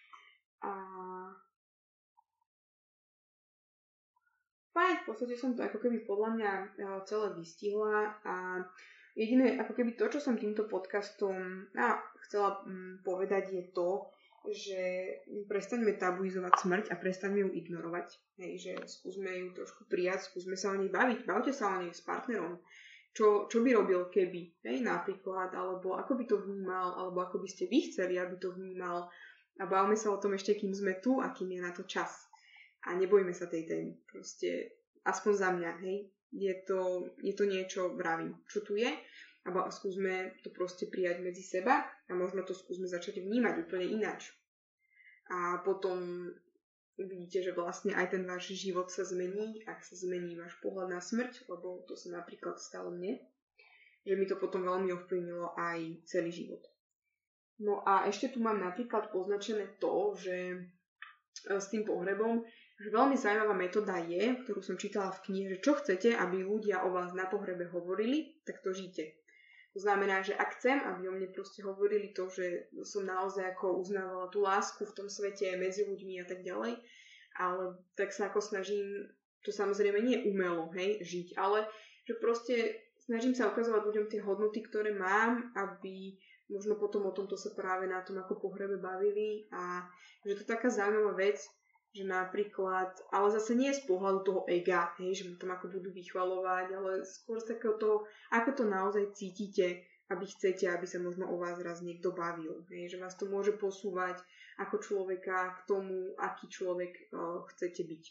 Fajn, v podstate som to ako keby podľa mňa celé vystihla a jediné ako keby to, čo som týmto podcastom chcela povedať je to, že prestaňme tabuizovať smrť a prestaňme ju ignorovať. Hej, že skúsme ju trošku prijať, skúsme sa o nej baviť, bavte sa o nej s partnerom. Čo by robil keby, hej, napríklad, alebo ako by to vnímal, alebo ako by ste vy chceli, aby to vnímal. A bavme sa o tom ešte, kým sme tu a kým je na to čas. A nebojme sa tej témy. Proste, aspoň za mňa, hej, je to niečo, vravím, čo tu je. A skúsme to proste prijať medzi seba a možno to skúsme začať vnímať úplne ináč. A potom uvidíte, že vlastne aj ten váš život sa zmení, ak sa zmení váš pohľad na smrť, lebo to sa napríklad stalo mne, že mi to potom veľmi ovplyvnilo aj celý život. No a ešte tu mám napríklad poznačené to, že s tým pohrebom, že veľmi zaujímavá metóda je, ktorú som čítala v knihe, že čo chcete, aby ľudia o vás na pohrebe hovorili, tak to žite. To znamená, že ak chcem, aby o mne proste hovorili to, že som naozaj ako uznávala tú lásku v tom svete medzi ľuďmi a tak ďalej, ale tak sa ako snažím čo samozrejme nie je umelo, hej, žiť, ale že proste snažím sa ukazovať ľuďom tie hodnoty, ktoré mám, aby možno potom o tomto sa práve na tom ako pohrebe bavili a že to je taká zaujímavá vec, že napríklad, ale zase nie z pohľadu toho ega, hej, že ma tam ako budú vychvaľovať, ale skôr z takého toho, ako to naozaj cítite, aby chcete, aby sa možno o vás raz niekto bavil, hej, že vás to môže posúvať ako človeka k tomu, aký človek chcete byť.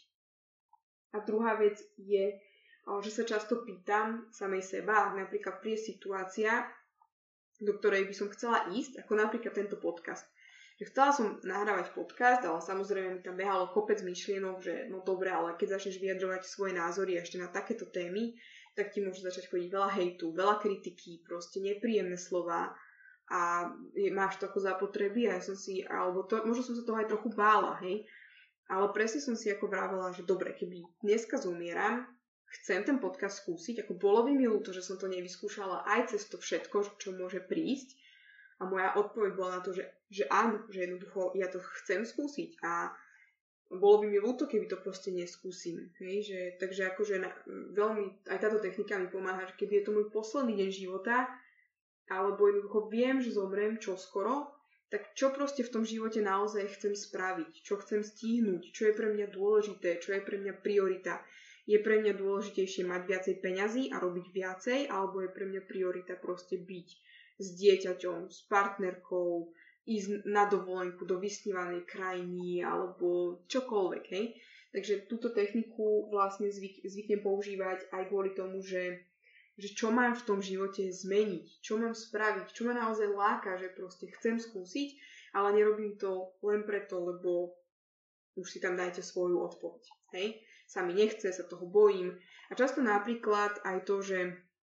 A druhá vec je, že sa často pýtam samej seba, napríklad príde situácia, do ktorej by som chcela ísť, ako napríklad tento podcast. Že chcela som nahrávať podcast, ale samozrejme mi tam behalo kopec myšlienok, že no dobre, ale keď začneš vyjadrovať svoje názory ešte na takéto témy, tak ti môže začať chodiť veľa hejtu, veľa kritiky, proste nepríjemné slová a máš to ako zapotreby a ja som si, alebo to, možno som sa toho aj trochu bála, hej, ale presne som si ako vravela, že dobre, keby dneska zomieram, chcem ten podcast skúsiť, ako bolo by mi ľúto, že som to nevyskúšala aj cez to všetko, čo môže prísť. A moja odpoveď bola na to, že áno, že jednoducho ja to chcem skúsiť a bolo by mi ľúto, keby to proste neskúsim. Hej? Že, takže akože veľmi, aj táto technika mi pomáha, že keby je to môj posledný deň života, alebo jednoducho viem, že zomrem čoskoro, tak čo proste v tom živote naozaj chcem spraviť, čo chcem stihnúť, čo je pre mňa dôležité, čo je pre mňa priorita. Je pre mňa dôležitejšie mať viacej peňazí a robiť viacej, alebo je pre mňa priorita proste byť s dieťaťom, s partnerkou, ísť na dovolenku do vysnívanej krajiny, alebo čokoľvek, hej. Takže túto techniku vlastne zvyknem používať aj kvôli tomu, že čo mám v tom živote zmeniť, čo mám spraviť, čo ma naozaj láka, že proste chcem skúsiť, ale nerobím to len preto, lebo už si tam dajte svoju odpoveď, hej. Sa mi nechce, sa toho bojím. A často napríklad aj to, že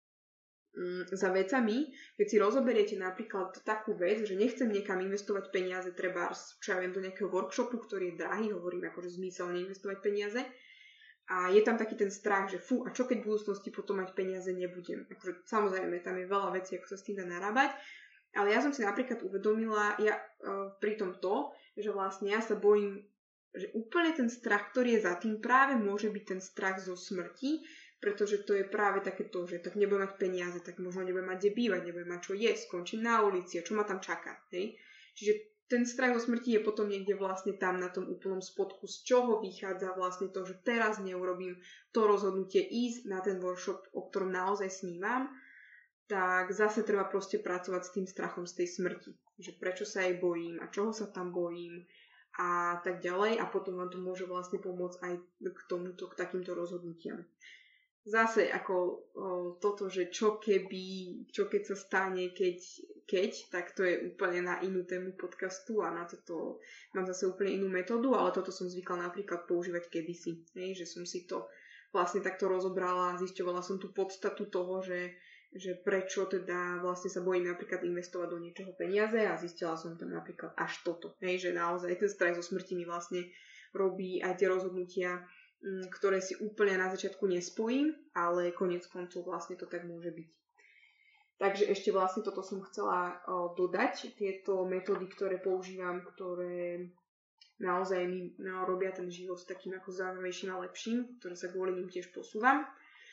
za vecami, keď si rozoberiete napríklad takú vec, že nechcem niekam investovať peniaze, trebárs, čo ja viem, do nejakého workshopu, ktorý je drahý, hovorím akože zmyselne investovať peniaze. A je tam taký ten strach, že a čo keď v budúcnosti potom mať peniaze nebudem. Akože, samozrejme, tam je veľa vecí, ako sa s tým dá narábať. Ale ja som si napríklad uvedomila, pri tom to, že vlastne ja sa bojím, že úplne ten strach, ktorý je za tým, práve môže byť ten strach zo smrti, pretože to je práve takéto, že tak nebudem mať peniaze, tak možno nebudem mať kde bývať, nebudem mať čo jesť, skončím na ulici a čo ma tam čaká, hej? Čiže ten strach zo smrti je potom niekde vlastne tam na tom úplnom spodku, z čoho vychádza vlastne to, že teraz neurobím to rozhodnutie ísť na ten workshop, o ktorom naozaj snívam, tak zase treba proste pracovať s tým strachom z tej smrti, že prečo sa jej bojím a čoho sa tam bojím a tak ďalej a potom vám to môže vlastne pomôcť aj k takýmto rozhodnutiam. Zase ako toto, že čo keď sa stane, keď, tak to je úplne na inú tému podcastu a na toto mám zase úplne inú metódu, ale toto som zvykla napríklad používať kedysi, že som si to vlastne takto rozobrala a zisťovala som tú podstatu toho, že prečo teda vlastne sa bojím napríklad investovať do niečoho peniaze a zistila som tam napríklad až toto, že naozaj ten strach zo smrti mi vlastne robí aj tie rozhodnutia, ktoré si úplne na začiatku nespojím, ale koniec koncov vlastne to tak môže byť. Takže ešte vlastne toto som chcela dodať, tieto metódy, ktoré používam, ktoré naozaj mi robia ten život takým ako zaujímavejším a lepším, ktoré sa kvôli nim tiež posúvam.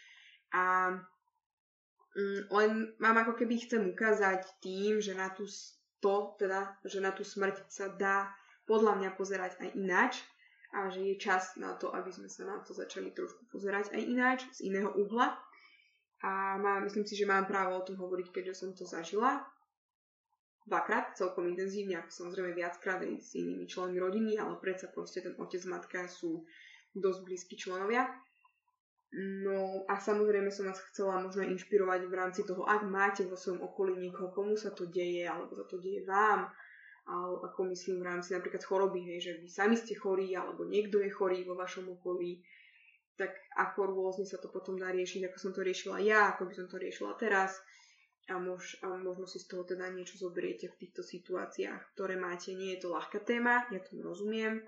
A len mám ako keby chcem ukázať tým, že na tú smrť sa dá podľa mňa pozerať aj ináč, a že je čas na to, aby sme sa na to začali trošku pozerať aj ináč, z iného uhla. A myslím si, že mám právo o tom hovoriť, keďže som to zažila. Dvakrát, celkom intenzívne, ako samozrejme viackrát aj s inými členmi rodiny, ale predsa proste ten otec, matka sú dosť blízki členovia. No a samozrejme som vás chcela možno inšpirovať v rámci toho, ak máte vo svojom okolí niekoho, komu sa to deje, alebo sa to deje vám, ale ako myslím v rámci napríklad choroby, že vy sami ste chorí, alebo niekto je chorý vo vašom okolí, tak ako rôzne sa to potom dá riešiť, ako som to riešila ja, ako by som to riešila teraz a možno si z toho teda niečo zoberiete v týchto situáciách, ktoré máte. Nie je to ľahká téma, ja tomu rozumiem,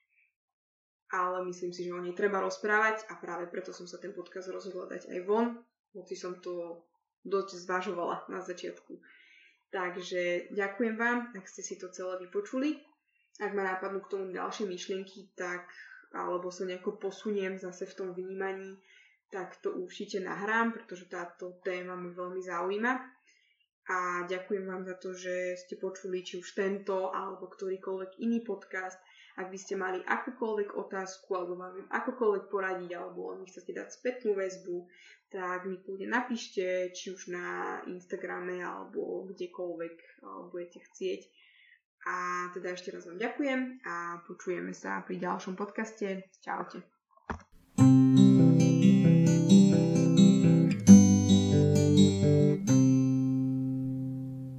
ale myslím si, že o nej treba rozprávať a práve preto som sa ten podcast rozhodla dať aj von, hoci som to dosť zvažovala na začiatku. Takže ďakujem vám, ak ste si to celé vypočuli. Ak ma nápadnú k tomu ďalšie myšlienky, tak alebo sa nejako posuniem zase v tom vnímaní, tak to určite nahrám, pretože táto téma mi veľmi zaujíma. A ďakujem vám za to, že ste počuli či už tento alebo ktorýkoľvek iný podcast. Ak by ste mali akúkoľvek otázku alebo vám viem akokoľvek poradiť alebo mi chcete dať spätnú väzbu, tak mi kľudne napíšte, či už na Instagrame alebo kdekoľvek budete chcieť. A teda ešte raz vám ďakujem a počujeme sa pri ďalšom podcaste. Čaute.